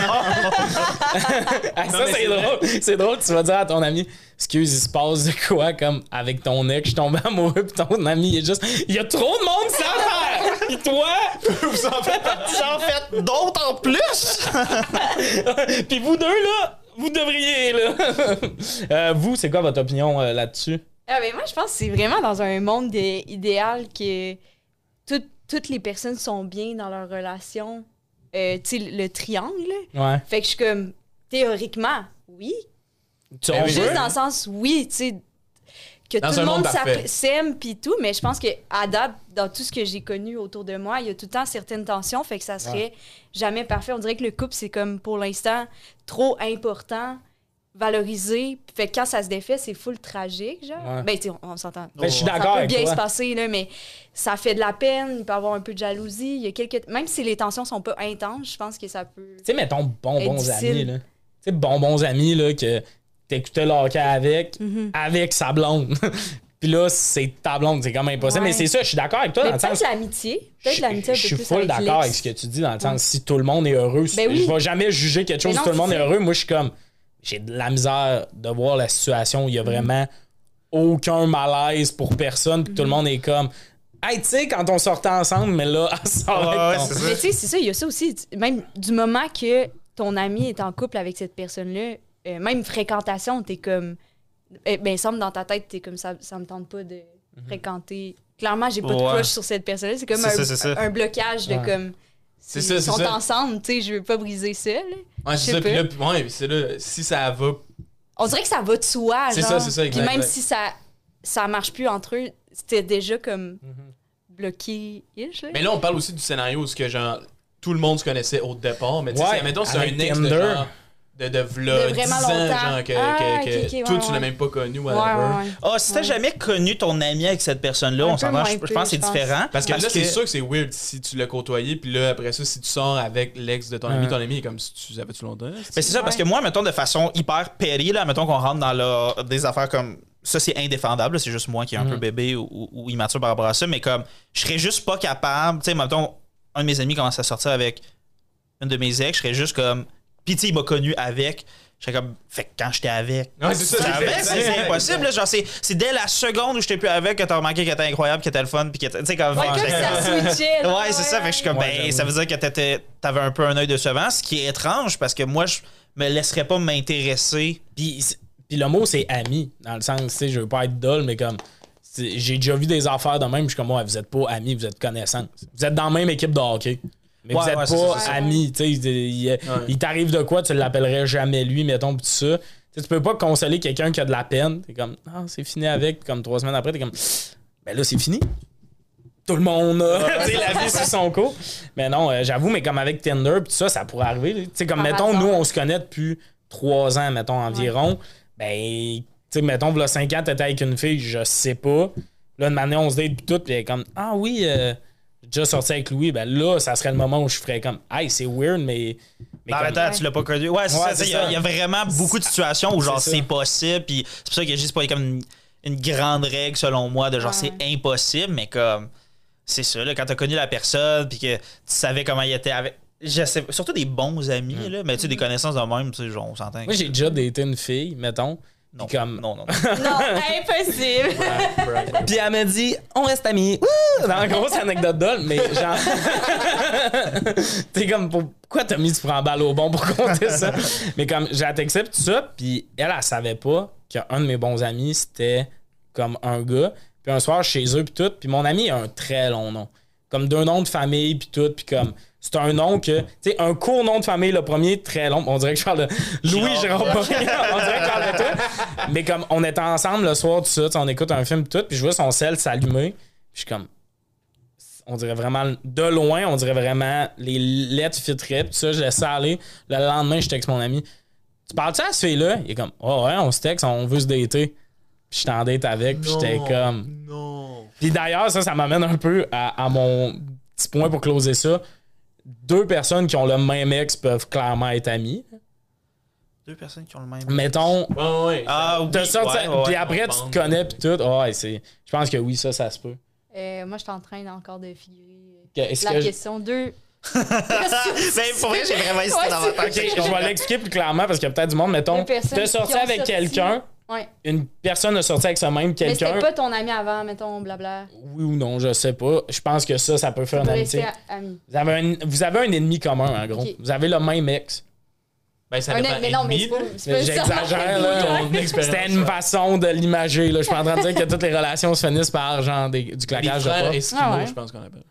monde. Ça, c'est drôle. C'est drôle, tu vas dire à ton ami, excuse, il se passe de quoi, comme avec ton ex, je suis tombé amoureux, puis ton ami, il est juste, il y a trop de monde sur la Terre. Puis toi, vous en faites d'autres en plus. Puis vous deux, là, vous devriez, là. Vous, c'est quoi votre opinion là-dessus? Ben moi, je pense que c'est vraiment dans un monde idéal que toutes les personnes sont bien dans leur relation. Tu sais, le triangle. Ouais. Fait que je suis comme, théoriquement, oui. Juste dans le sens, oui, tu sais, que dans tout le monde parfait. s'aime pis tout, mais je pense que à date, dans tout ce que j'ai connu autour de moi, il y a tout le temps certaines tensions, fait que ça serait jamais parfait. On dirait que le couple, c'est comme, pour l'instant, trop important, valorisé. Fait que quand ça se défait, c'est full tragique, genre. Ouais. Ben, tu sais, on s'entend. Ben, je suis d'accord avec ça peut bien toi. se passer, là, mais ça fait de la peine, il peut y avoir un peu de jalousie. Il y a même si les tensions sont pas intenses, je pense que ça peut... Tu sais, mettons, bons difficile. amis, là. Tu sais, bons amis, là, que t'écoutais le hockey avec sa blonde. Puis là, c'est ta blonde, c'est quand même impossible. Ouais. Mais c'est ça, je suis d'accord avec toi Mais dans le peut-être sens... l'amitié. Peut-être l'amitié un peu Je suis plus full avec d'accord l'ex. avec ce que tu dis dans le sens, si tout le monde est heureux, Ben oui. je vais jamais juger quelque chose Mais si non, tout le monde c'est est ça. heureux. Moi, je suis comme, j'ai de la misère de voir la situation où il y a vraiment aucun malaise pour personne, puis tout le monde est comme, hey, tu sais, quand on sortait ensemble, mais là, elle sort avec ton... Mais tu sais, c'est ça, il y a ça aussi. Même du moment que ton ami est en couple avec cette personne-là, même fréquentation, t'es comme... ben, il semble dans ta tête, t'es comme ça me tente pas de fréquenter. Clairement, j'ai pas de crush sur cette personne-là. C'est comme un blocage de comme... C'est ça, Ils c'est sont ça. ensemble, tu sais, je veux pas briser ça, là. Ouais, c'est ça. Puis là, c'est là, si ça va. On dirait que ça va de soi, C'est genre. ça, c'est ça, Puis exact, même exact. si ça marche plus entre eux, c'était déjà comme bloqué-ish, là. Mais là, on parle aussi du scénario où ce que genre tout le monde se connaissait au départ, mais tu sais, Ouais, admettons, c'est avec un ex de Tinder. genre de v'là De 10 vraiment ans, longtemps. genre que Ok, toi, ouais, tu l'as ouais. même pas connu, Ouais, whatever. ouais. Ah, si t'as jamais connu ton ami avec cette personne-là, Un on peu s'entend, moins je peu, pense que c'est je pense. différent. Parce que là, c'est sûr que c'est weird si tu l'as côtoyé, puis là, après ça, si tu sors avec l'ex de ton ami est comme si tu savais-tu longtemps. Mais c'est ça, parce que moi, mettons, de façon hyper périe, là, mettons qu'on rentre dans des affaires comme. Ça, c'est indéfendable, là, c'est juste moi qui est un peu bébé ou immature par rapport à ça, mais comme, je serais juste pas capable. Tu sais, mettons, un de mes amis commence à sortir avec une de mes ex, je serais juste comme. Pis, tu sais, il m'a connu avec. Je serais comme. Fait que quand j'étais avec. Ouais, c'est ça, C'est impossible, là, genre, c'est dès la seconde où j'étais plus avec que t'as remarqué qu'elle était incroyable, qu'elle était le fun, puis que tu sais, comme. Ouais, comme ça switchait. là, Ouais, c'est ça. Fait que je suis comme, Ouais, ben, ça veut dire que t'avais un peu un œil décevant, ce qui est étrange parce que moi, je me laisserais pas m'intéresser. Puis Puis le mot, c'est ami, dans le sens, tu sais, je veux pas être dull, mais comme, j'ai déjà vu des affaires de même, je suis comme, ouais, vous êtes pas amis, vous êtes connaissances. Vous êtes dans la même équipe de hockey. Mais vous êtes pas amis, tu sais. Il t'arrive de quoi, tu l'appellerais jamais lui, mettons, pis tout ça. T'sais, tu peux pas consoler quelqu'un qui a de la peine. T'es comme, ah, c'est fini avec. Puis comme 3 semaines après, t'es comme, ben là, c'est fini. Tout le monde a la vie sur son cours. Mais non, j'avoue, mais comme avec Tinder, pis tout ça, ça pourrait arriver. Tu sais, comme, mettons, nous, on se connaît depuis 3 ans, mettons, environ. Ben, tu sais, mettons, là, 5 ans, t'étais avec une fille, je sais pas. Là, une année, on se date pis tout, pis elle est comme, ah oui, j'ai déjà sorti avec Louis. Ben là, ça serait le moment où je ferais comme, hey, c'est weird, mais attends, tu l'as pas connu. Ouais, c'est ça. Il y a vraiment beaucoup de situations où, genre, c'est possible. Puis c'est pour ça qu'il y a juste pas comme une grande règle, selon moi, de genre, c'est impossible. Mais comme, c'est ça, là, quand t'as connu la personne, puis que tu savais comment il était avec. Je sais, surtout des bons amis, là, mais tu sais, des connaissances de même, tu sais, genre, on s'entend. Moi, j'ai déjà daté une fille, mettons. Non. Comme... non. Non, impossible. Puis elle m'a dit, on reste amis. Ouh! Dans la grosse anecdote d'ol, mais genre. T'es comme, pourquoi t'as mis du prends-balle au bon pour compter ça? Mais comme, j'ai texté tout ça, puis elle savait pas qu'un de mes bons amis, c'était comme un gars. Puis un soir, chez eux, puis tout. Puis mon ami a un très long nom. Comme 2 noms de famille, puis tout. Puis comme, c'est un nom que, tu sais, un court nom de famille, le premier, très long. On dirait que je parle de Louis Jérôme Bourget. On dirait que je parle de tout. Mais comme, on était ensemble le soir, tout ça, on écoute un film, tout. Puis je vois son sel s'allumer. Puis je suis comme, on dirait vraiment, de loin, on dirait vraiment, les lettres fitteraient. Puis tout ça, je laisse ça aller. Le lendemain, je texte mon ami. Tu parles-tu à ce fille-là? Il est comme, oh ouais, on se texte, on veut se dater. Puis j'étais en date avec, puis j'étais comme. Non. Puis d'ailleurs, ça m'amène un peu à mon petit point pour closer ça. 2 personnes qui ont le même ex peuvent clairement être amies. 2 personnes qui ont le même. Mettons. Ouais. Ah, oui. Puis après, tu te connais, puis tout. Ouais, c'est. Je pense que oui, ça se peut. Moi, je suis en train encore de figurer la question 2. Mais pour vrai, j'ai vraiment hésité dans ma tête. Je vais l'expliquer plus clairement parce qu'il y a peut-être du monde. Mettons, t'es sorti avec quelqu'un. Ouais. Une personne a sorti avec ce même quelqu'un. Mais c'était pas ton ami avant, mettons, blabla. Oui ou non, je sais pas. Je pense que ça peut faire une amitié. Vous avez un ennemi commun, en gros. Okay. Vous avez le même ex. Ben, ça dépend. Mais non, mais c'est pas j'exagère, là. C'était une façon de l'imager, là. Je suis pas en train de dire que toutes les relations se finissent par, genre, du claquage de porte. Eskimo, je pense qu'on appelle.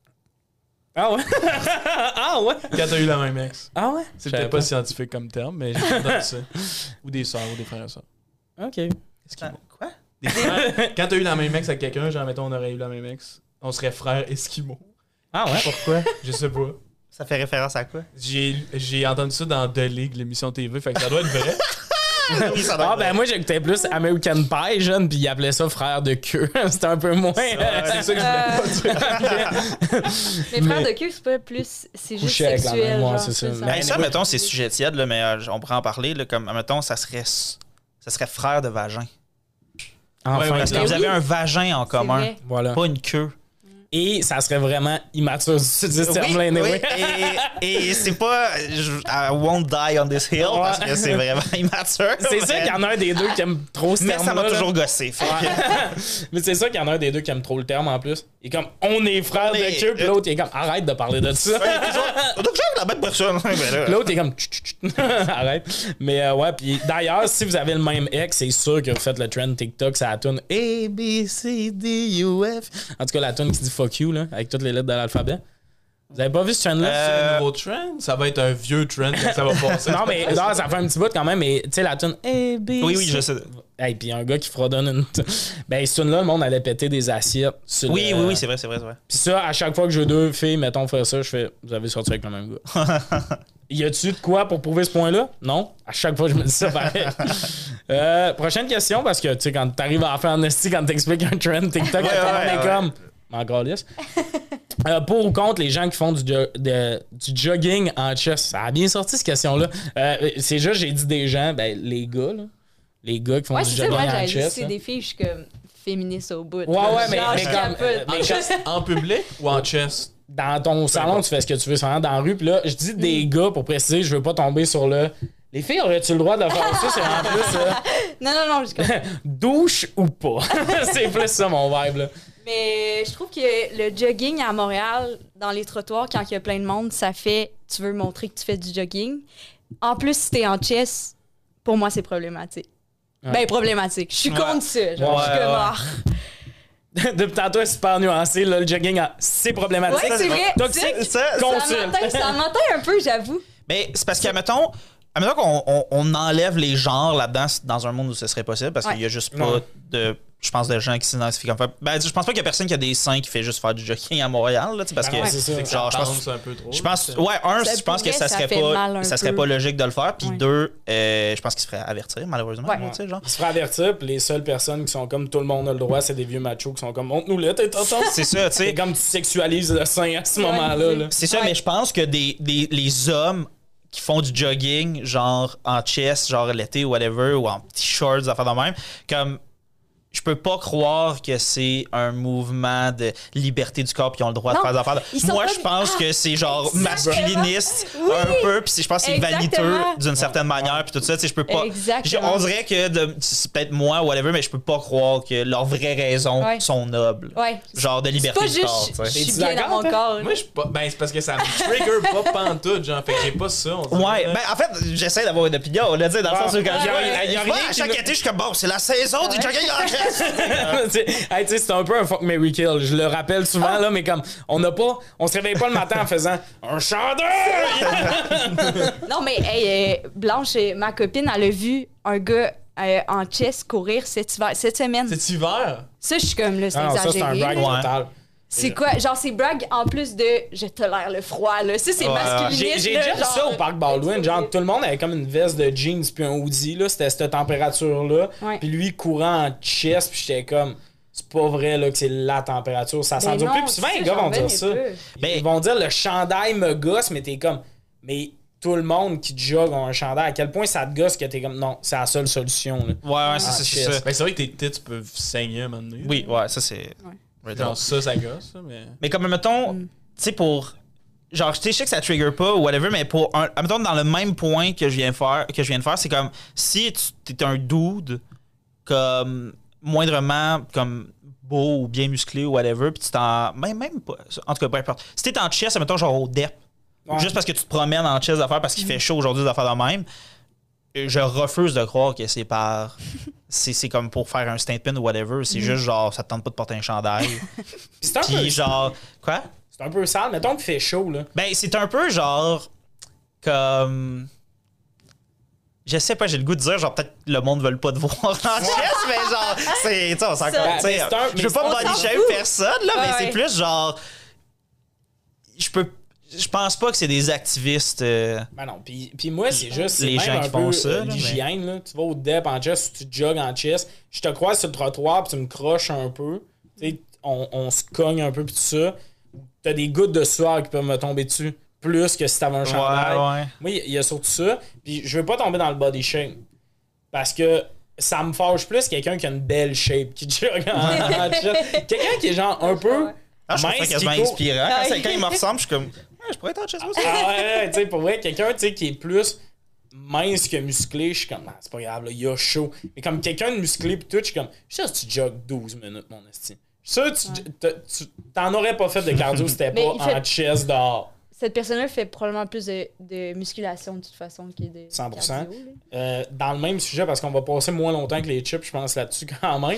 Ah ouais? Ah ouais? Quand t'as eu la même ex. Ah ouais? C'est peut-être pas scientifique comme terme, mais j'ai entendu ça. Ou des sœurs, ou des frères et sœurs. OK. Eskimo. Quoi? Quand t'as eu la même ex avec quelqu'un, genre, mettons, on aurait eu la même ex, on serait frères Eskimo. Ah ouais? Pourquoi? Je sais pas. Ça fait référence à quoi? J'ai entendu ça dans The League, l'émission TV, fait que ça doit être vrai. Oui, ça doit être vrai. Moi j'écoutais plus American Pie jeune, puis ils appelaient ça frère de queue. C'était un peu moins. C'est ça que je voulais pas dire. Mais frère de queue, c'est pas plus. C'est juste sexuel. Genre, c'est ça. Ben, ça, mettons, c'est sujet tiède, là, mais on pourrait en parler. Là, comme, mettons, ça serait frère de vagin. Enfin, parce que vous avez un vagin en commun, voilà. pas une queue. Et ça serait vraiment immature d'utiliser ce terme-là. Oui. Et c'est pas I won't die on this hill parce que c'est vraiment immature. C'est sûr qu'il y en a un des deux qui aime trop ce terme-là. Mais ça m'a toujours gossé. Mais c'est sûr qu'il y en a un des deux qui aime trop le terme en plus. Il est comme on est frères de queue, puis l'autre il est comme arrête de parler de ça. Donc j'ai la bête personne. L'autre il est comme arrête. Mais ouais, puis d'ailleurs, si vous avez le même ex, c'est sûr que vous faites le trend TikTok, ça tourne A, B, C, D, U, F. En tout cas, la tune qui dit fuck you, là, avec toutes les lettres de l'alphabet. Vous avez pas vu ce trend-là? C'est un nouveau trend? Ça va être un vieux trend quand ça va passer. Non, mais là, ça fait un petit bout quand même, mais tu sais, la tune A, B, C. Oui, je sais. Hey, puis un gars qui fredonne une. Ben, ce tune-là, le monde allait péter des assiettes. Oui, c'est vrai. Puis ça, à chaque fois que j'ai 2 filles, mettons, faire ça, je fais, vous avez sorti avec le même gars. Y a-tu de quoi pour prouver ce point-là? Non. À chaque fois, je me dis ça pareil. Prochaine question, parce que, tu sais, quand t'arrives à la fin en esti, quand t'expliques un trend TikTok, on est comme. Encore lisse. Pour ou contre les gens qui font du jogging en chest? Ça a bien sorti, cette question-là. C'est juste, j'ai dit des gens, ben, les gars, là. Les gars qui font du jogging en chest. C'est des filles, je suis comme féministe au bout. Ouais, mais en public ou en chest? Dans ton salon, tu fais ce que tu veux, c'est vraiment dans la rue. Puis là, je dis des gars pour préciser, je veux pas tomber sur le. Les filles, auraient-tu le droit de faire ça? C'est en plus. Non, je comprends. Douche ou pas? C'est plus ça, mon vibe, là. Mais je trouve que le jogging à Montréal, dans les trottoirs, quand il y a plein de monde, ça fait. Tu veux montrer que tu fais du jogging. En plus, si t'es en chest, pour moi, c'est problématique. Ben, problématique. Je suis contre ça. Genre, je suis comme, ah. Depuis tantôt, c'est super nuancé. Là, le jogging, c'est problématique. Ouais, c'est vrai. Toxique, Ça m'entend un peu, j'avoue. Mais c'est parce qu'admettons qu'on enlève les genres là-dedans dans un monde où ce serait possible, parce qu'il y a juste pas de... Je pense des gens qui s'identifient comme ça. Ben, je pense pas qu'il y a personne qui a des seins qui fait juste faire du jogging à Montréal, là, parce que genre, je pense un peu trop. Je pense je pense que ça serait pas logique de le faire, puis deux, je pense qu'il se ferait avertir malheureusement, tu sais, genre. Il se ferait avertir, puis les seules personnes qui sont comme tout le monde a le droit, c'est des vieux machos qui sont comme montre-nous là, t'es tonton. C'est ça, tu sais. C'est comme tu sexualises le sein à ce moment-là. Là. C'est ça, mais je pense que les hommes qui font du jogging, genre en chest, genre l'été ou whatever, ou en petits shorts, affaires de même, comme je peux pas croire que c'est un mouvement de liberté du corps puis ils ont le droit de faire des affaires. Moi, je pense que c'est genre masculiniste un peu, puis je pense que c'est vaniteux d'une certaine manière, puis tout ça, tu sais, je peux pas... On dirait que c'est peut-être moi, whatever, mais je peux pas croire que leurs vraies raisons sont nobles. Genre de liberté du corps, tu sais. Je suis bien dans mon corps. Moi, c'est parce que ça me trigger pas pantoute, genre, fait que j'ai pas ça. Ouais, ben en fait, j'essaie d'avoir une opinion, on l'a dit dans le sens où quand à chaque été, je suis comme, bon, c'est la saison du jogging en chest. C'est un peu un fuck Mary Kill, je le rappelle souvent là, mais comme on se réveille pas le matin en faisant un chandail. Non mais Blanche, ma copine, elle a vu un gars en chess courir cette semaine. Cet hiver? Ça, je suis comme là, c'est exagéré. Ça c'est un brag total. C'est quoi? Genre, c'est brag en plus de je tolère le froid, là. Ça, c'est masculiniste. J'ai déjà vu ça au Parc Baldwin. Genre, tout le monde avait comme une veste de jeans puis un hoodie, là. C'était cette température-là. Puis lui, courant en chest, puis j'étais comme, c'est pas vrai, là, que c'est la température. Ça s'en dure plus. Puis souvent, les gars vont dire ça. Ils vont dire, le chandail me gosse, mais t'es comme, mais tout le monde qui te jogue a un chandail. À quel point ça te gosse que t'es comme, non, c'est la seule solution, là. Ouais, c'est ça. Ben, c'est vrai que tes tits peuvent saigner à un moment donné. Oui, ouais, ça, c'est... Genre ça gosse, mais comme, mettons, tu sais, pour... Genre, je sais que ça trigger pas ou whatever, mais pour mettons, dans le même point que je viens de faire, c'est comme, si tu t'es un dude, comme, moindrement, comme, beau ou bien musclé ou whatever, puis tu t'en... Même pas... En tout cas, peu importe. Si t'es en chest, mettons, genre au DEP, juste parce que tu te promènes en chest d'affaires parce qu'il fait chaud aujourd'hui d'affaires de même, je refuse de croire que c'est par... C'est comme pour faire un statement ou whatever. C'est juste genre, ça te tente pas de porter un chandail. C'est un peu genre... Quoi? C'est un peu sale. Mettons qu'il fait chaud, là. Ben, c'est un peu genre... Comme... Je sais pas, j'ai le goût de dire, genre, peut-être le monde ne veut pas te voir en chest, mais genre, c'est... Tu sais, on s'en compte. Je veux pas body shame personne, là, mais c'est plus genre... Je pense pas que c'est des activistes. Ben non, puis moi, c'est juste. Les gens qui font ça. L'hygiène, là. Tu vas au DEP en chest, tu jogues en chest. Je te croise sur le trottoir, puis tu me croches un peu. Tu sais, on se cogne un peu, puis tout ça. T'as des gouttes de sueur qui peuvent me tomber dessus, plus que si t'avais un chandail. Ouais. Moi, il y a surtout ça. Puis je veux pas tomber dans le body shame. Parce que ça me fâche plus quelqu'un qui a une belle shape, qui jogue en chest. Quelqu'un qui est genre un peu. Je trouve ça quasiment inspirant. Quand il me ressemble, je suis comme. Je pourrais être en chest aussi. Tu sais, pour vrai, quelqu'un qui est plus mince que musclé, je suis comme, c'est pas grave, là, il a chaud. Mais comme quelqu'un de musclé pis tout, je suis comme, je sais si tu jogues 12 minutes, mon esti. Je suis sûr tu t'en aurais pas fait de cardio si t'étais pas en chest dehors. Cette personne-là fait probablement plus de musculation de toute façon qui est de 100%. Cardio, dans le même sujet, parce qu'on va passer moins longtemps que les chips, je pense, là-dessus quand même.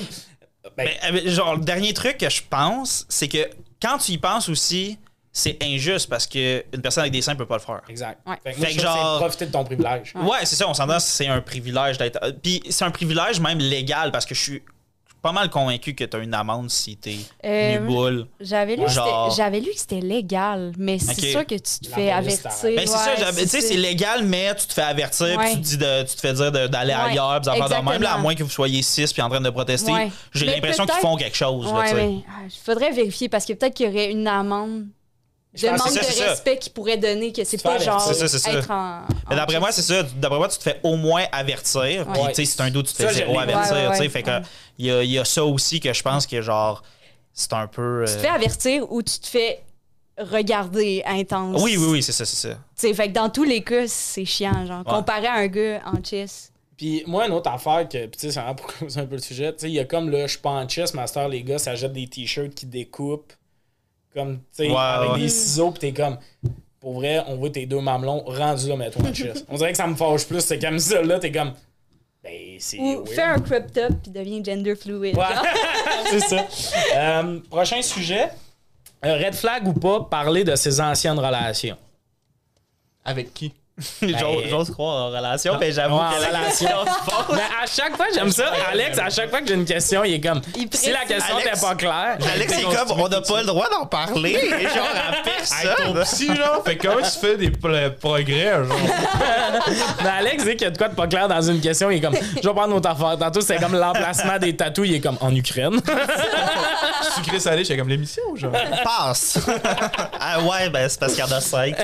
Genre, le dernier truc que je pense, c'est que quand tu y penses aussi, c'est injuste parce qu'une personne avec des seins peut pas le faire. Exact. Ouais. Fait que genre, c'est profiter de ton privilège. Ouais, c'est ça, on s'entend, c'est un privilège d'être. Puis c'est un privilège même légal parce que je suis pas mal convaincu que t'as une amende si t'es nu-boule. J'avais lu que c'était légal, mais c'est sûr que tu te fais avertir. Ben, c'est ça, tu sais, c'est légal, mais tu te fais avertir, puis tu te fais dire d'aller ailleurs, puis affaires de même, là, à moins que vous soyez 6 puis en train de protester. J'ai l'impression qu'ils font quelque chose. Il faudrait vérifier parce que peut-être qu'il y aurait une amende. De manque de respect qu'il pourrait donner, que c'est pas genre être en mais d'après moi, c'est ça. D'après moi, tu te fais au moins avertir. Puis, tu sais, si c'est un doute, tu te fais zéro avertir. Tu sais, fait que il y a ça aussi que je pense que genre, c'est un peu. Tu te fais avertir ou tu te fais regarder intense. Oui, c'est ça. Tu sais, fait que dans tous les cas, c'est chiant, genre, comparé à un gars en chess. Puis moi, une autre affaire que, tu sais, c'est vraiment pour causer un peu le sujet, tu sais, il y a comme là, je suis pas en chess, master, les gars, ça jette des t-shirts qui découpent. Comme, tu sais, avec des ciseaux, pis t'es comme, pour vrai, on voit tes deux mamelons rendus là, mets-toi en chest. On dirait que ça me fâche plus, cette camisole-là, t'es comme, ben, Ou weird. fais un crop top puis deviens gender fluid. Ouais, genre. c'est ça. Prochain sujet. Red flag ou pas, parler de ses anciennes relations. Avec qui? J'ose croire en relation, mais j'avoue Ouais, que en la relation. Mais à chaque fois, j'aime ça. Alex, à chaque fois que j'ai une question, il est comme. Il Si la précise. question n'était pas claire. Alex, c'est comme, on n'a pas le droit d'en parler, et genre à personne. Psy, genre, fait comment tu fais des progrès, genre? Mais Alex, dès qu'il y a de quoi de pas clair dans une question, il est comme. Je vais prendre notre affaire. Tantôt, c'est comme l'emplacement des tatous, il est comme en Ukraine. Sucré salé, j'étais comme l'émission, genre. Passe. Ah ouais, ben c'est parce qu'il y en a 5.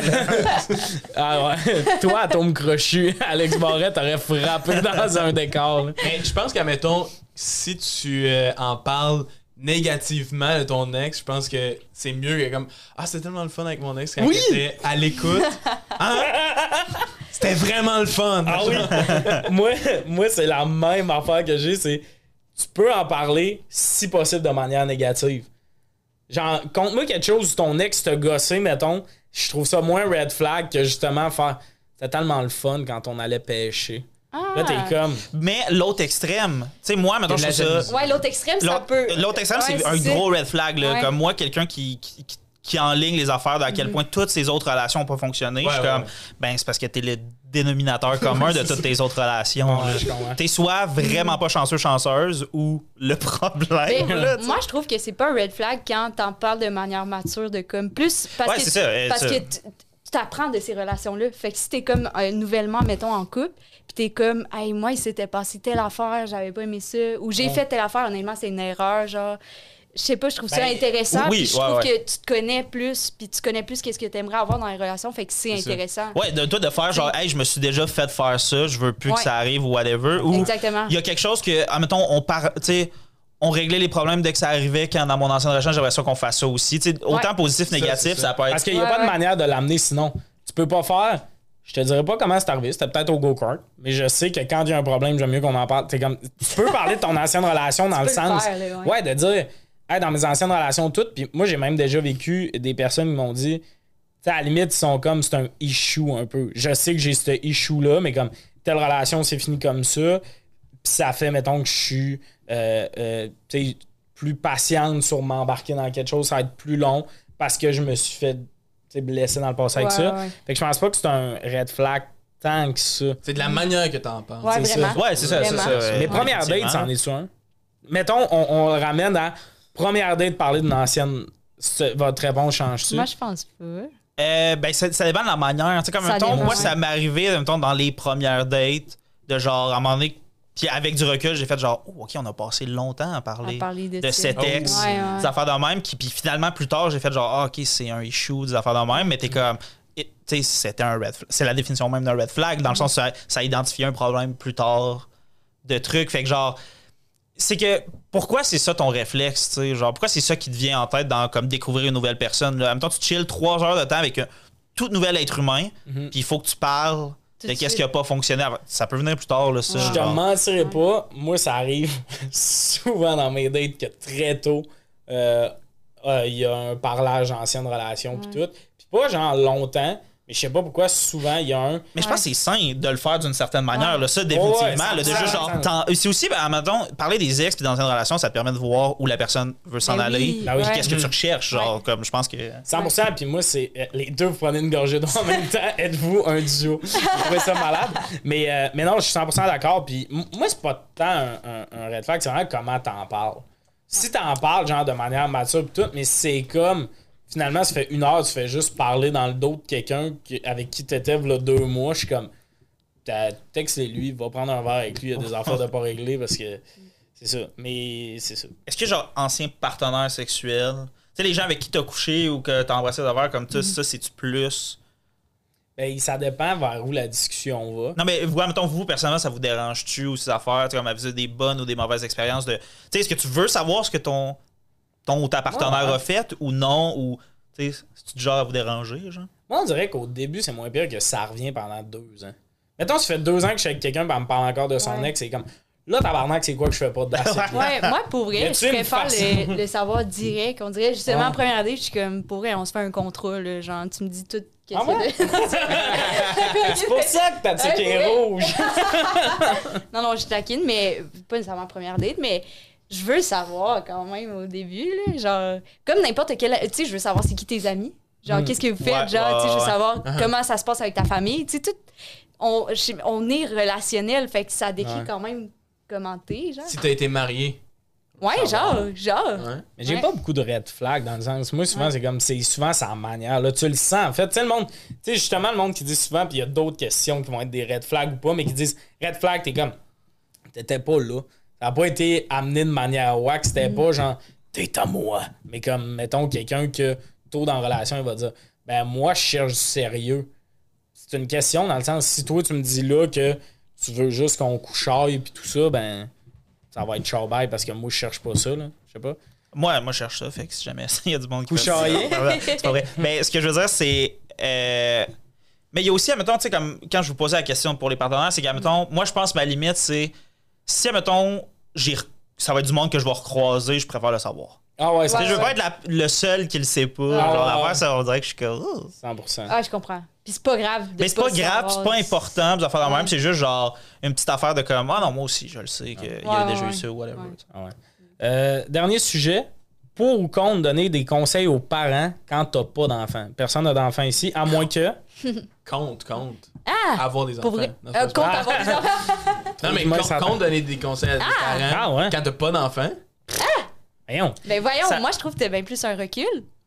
Ah ouais. Toi, Atome Crochu, Alex Barrette t'aurais frappé dans un décor. Là. Mais je pense qu'à mettons, si tu en parles négativement de ton ex, je pense que c'est mieux que comme c'était tellement le fun avec mon ex quand il était à l'écoute. Hein? C'était vraiment le fun. Ah oui. moi, c'est la même affaire que j'ai, c'est tu peux en parler si possible de manière négative. Genre, conte-moi quelque chose où ton ex t'a gossé, mettons, je trouve ça moins red flag que justement faire c'était tellement le fun quand on allait pêcher. Là, t'es comme. Mais l'autre extrême, tu sais, moi, maintenant, je trouve ça. Ouais, l'autre extrême, ça peut. L'autre extrême, Ouais, c'est un ça. gros red flag. Là. Ouais. Comme moi, quelqu'un qui enligne les affaires de à quel point toutes ces autres relations n'ont pas fonctionné. Je suis comme, ben, c'est parce que t'es le dénominateur commun de toutes tes autres relations. Ouais, je comprends. T'es soit vraiment pas chanceux, chanceuse, ou le problème. Mais, là, tu sais. moi, je trouve que c'est pas un red flag quand t'en parles de manière mature, de comme plus. Parce Ouais, que, c'est ça, parce ça. que tu t'apprends de ces relations-là. Fait que si t'es comme nouvellement, mettons, en couple, pis t'es comme, hey, moi, il s'était passé telle affaire, j'avais pas aimé ça, ou j'ai fait telle affaire, honnêtement, c'est une erreur, genre. Je sais pas, je trouve ça intéressant. oui, Puis je ouais, trouve ouais. que tu te connais plus, puis tu connais plus qu'est-ce que tu aimerais avoir dans les relations, fait que c'est intéressant. Ouais, de toi de faire genre, hey, je me suis déjà fait faire ça, je veux plus que Ouais. ça arrive ou whatever. Ou Exactement. il y a quelque chose que, admettons, on réglait les problèmes dès que ça arrivait, quand dans mon ancienne relation, j'aimerais ça qu'on fasse ça aussi. Tu sais, autant positif, négatif, c'est ça ça. peut être. Parce qu'il n'y a pas de manière de l'amener sinon. Tu peux pas faire. Je te dirais pas comment c'est arrivé, c'était peut-être au go-kart, mais je sais que quand il y a un problème, j'aime mieux qu'on en parle. T'es comme, tu peux parler de ton ancienne relation dans le peux le sens. faire, là, ouais. De dire, hey, dans mes anciennes relations toutes, puis moi j'ai même déjà vécu des personnes qui m'ont dit, tu sais, à la limite, ils sont comme, c'est un issue un peu. Je sais que j'ai ce issue-là, mais comme, telle relation, c'est fini comme ça, puis ça fait, mettons, que je suis, tu sais, plus patiente sur m'embarquer dans quelque chose, ça va être plus long parce que je me suis fait blessé dans le passé avec ça. Ouais. Fait que je pense pas que c'est un red flag tant que ça. C'est de la manière que t'en parles. Ouais, c'est vraiment. ça. Ouais, c'est ça, c'est Vraiment. ça. Mais première date, c'en est un. Mettons, on le ramène à première date, parler d'une ancienne. Votre réponse change-tu? Moi, je pense pas. Ben, ça dépend de la manière. Tu sais, comme, Ça mettons, dépend, moi, ouais. ça m'est arrivé, mettons, dans les premières dates, de genre, à un moment donné, puis avec du recul, j'ai fait genre, oh, OK, on a passé longtemps à parler de ça. cet ex, Ouais, ouais. des affaires de même, puis finalement, plus tard, j'ai fait genre, ah, OK, c'est un issue, des affaires de même, mais t'es comme, tu sais, c'était un red flag. C'est la définition même d'un red flag, dans le sens où ça identifie un problème plus tard de trucs. Fait que genre, c'est que pourquoi c'est ça ton réflexe, tu sais, genre pourquoi c'est ça qui te vient en tête dans comme découvrir une nouvelle personne là. En même temps, tu chilles 3 heures de temps avec un tout nouvel être humain, puis il faut que tu parles Tout de de qu'est-ce suite. qui a pas fonctionné avant. Ça peut venir plus tard là, ça. Je te genre. mentirais pas, moi ça arrive souvent dans mes dates que très tôt, il y a un parlage d'ancienne relation puis tout. Puis pas genre longtemps, mais je sais pas pourquoi souvent il y a un. Mais je pense que c'est sain de le faire d'une certaine manière. Là, ça, Ouais, définitivement. ouais, là, déjà, genre, c'est aussi, mettons, parler des ex et d'anciennes relations, ça te permet de voir où la personne veut s'en Ben aller. oui, Ben oui, Puis ouais. qu'est-ce que tu recherches. Genre, Ouais. comme je pense que. 100%, puis moi, c'est les deux, vous prenez une gorgée d'eau en même temps, êtes-vous un duo? Je trouvais ça malade. Mais non, je suis 100% d'accord. Puis moi, c'est pas tant un red flag, c'est vraiment comment t'en parles. Si t'en parles, genre, de manière mature pis tout, mais c'est comme, finalement, ça fait 1 heure, tu fais juste parler dans le dos de quelqu'un avec qui t'étais, là, 2 mois, je suis comme, texte lui, va prendre un verre avec lui, il y a des affaires de pas régler parce que c'est ça. Mais c'est ça. Est-ce que, genre, ancien partenaire sexuel, tu sais, les gens avec qui t'as couché ou que t'as embrassé d'avant, comme ça, c'est-tu plus. Ben, ça dépend vers où la discussion va. Non, mais mettons, vous, personnellement, ça vous dérange-tu ou ces affaires, tu sais, comme à viser des bonnes ou des mauvaises expériences de. Tu sais, est-ce que tu veux savoir ce que ton ou ta partenaire Ouais. a fait ou non, ou. Tu sais, c'est du genre à vous déranger, genre? Moi, on dirait qu'au début, c'est moins pire que ça revient pendant 2 ans. Mettons, ça fait 2 ans que je suis avec quelqu'un, puis elle me parle encore de son Ouais. ex, c'est comme. Là, tabarnak, c'est quoi que je fais pas de assez? Ouais, moi, pour Y vrai, a-tu je une préfère façon? le savoir direct. On dirait, justement, Ouais. en première date, je suis comme, pour vrai, on se fait un contrat, là, genre, tu me dis tout. Ah ouais? C'est pour ça que ta tique Ouais, est ouais. rouge. Non, je taquine, mais pas nécessairement en première date, mais je veux savoir quand même au début, là, genre, comme n'importe quel. Tu sais, je veux savoir c'est qui tes amis. Genre, qu'est-ce que vous faites? Ouais, Genre, tu sais, je veux ouais. savoir comment ça se passe avec ta famille. Tu sais, tout. On est relationnel, fait que ça décrit Ouais. quand même comment t'es, genre. Si t'as été marié. Ouais, genre. Ouais. Mais j'ai Ouais. pas beaucoup de red flags dans le sens. Moi, souvent, c'est comme, c'est souvent sa manière. Là, tu le sens. En fait, tu sais, le monde, tu sais, justement, le monde qui dit souvent, puis il y a d'autres questions qui vont être des red flags ou pas, mais qui disent red flag, t'es comme, t'étais pas là. Ça a pas été amené de manière wack. C'était pas genre, t'es à moi. Mais comme, mettons, quelqu'un que tôt dans la relation, il va dire, ben, moi, je cherche du sérieux. C'est une question dans le sens, si toi, tu me dis là que tu veux juste qu'on couchaille puis tout ça, ben, ça va être charbay parce que moi, je cherche pas ça, là. Je sais pas. Moi, je cherche ça, fait que si jamais il y a du monde qui fait ça, Couchailler? c'est pas vrai. Mais ce que je veux dire, c'est. Mais il y a aussi, admettons, tu sais, comme quand je vous posais la question pour les partenaires, c'est qu'admettons, moi, je pense que ma limite, c'est si, admettons, ça va être du monde que je vais recroiser, je préfère le savoir. Ah ouais, Tu sais, c'est je veux pas être le seul qui le sait pas. Genre, ouais. l'affaire, ça on dirait que je suis comme. Oh. 100%. Ah, je comprends. Puis c'est pas grave. de Mais c'est pas grave, savoir. c'est pas important, de faire la Ouais. même, c'est juste genre une petite affaire de comme, ah non, moi aussi, je le sais, qu'il y a déjà eu ça ou whatever. Ouais. Ah ouais. Dernier sujet. Pour ou contre donner des conseils aux parents quand t'as pas d'enfants? Personne n'a d'enfants ici, à moins que. Compte. Ah! Avoir des Pour enfants. vrai? Non, c'est pas Compte Ah. avoir des enfants. Non, mais Moi, ça- compte donner des conseils à tes parents Ah ouais? quand t'as pas d'enfants. Voyons. Ben voyons, Ça- moi, je trouve que t'as bien plus un recul.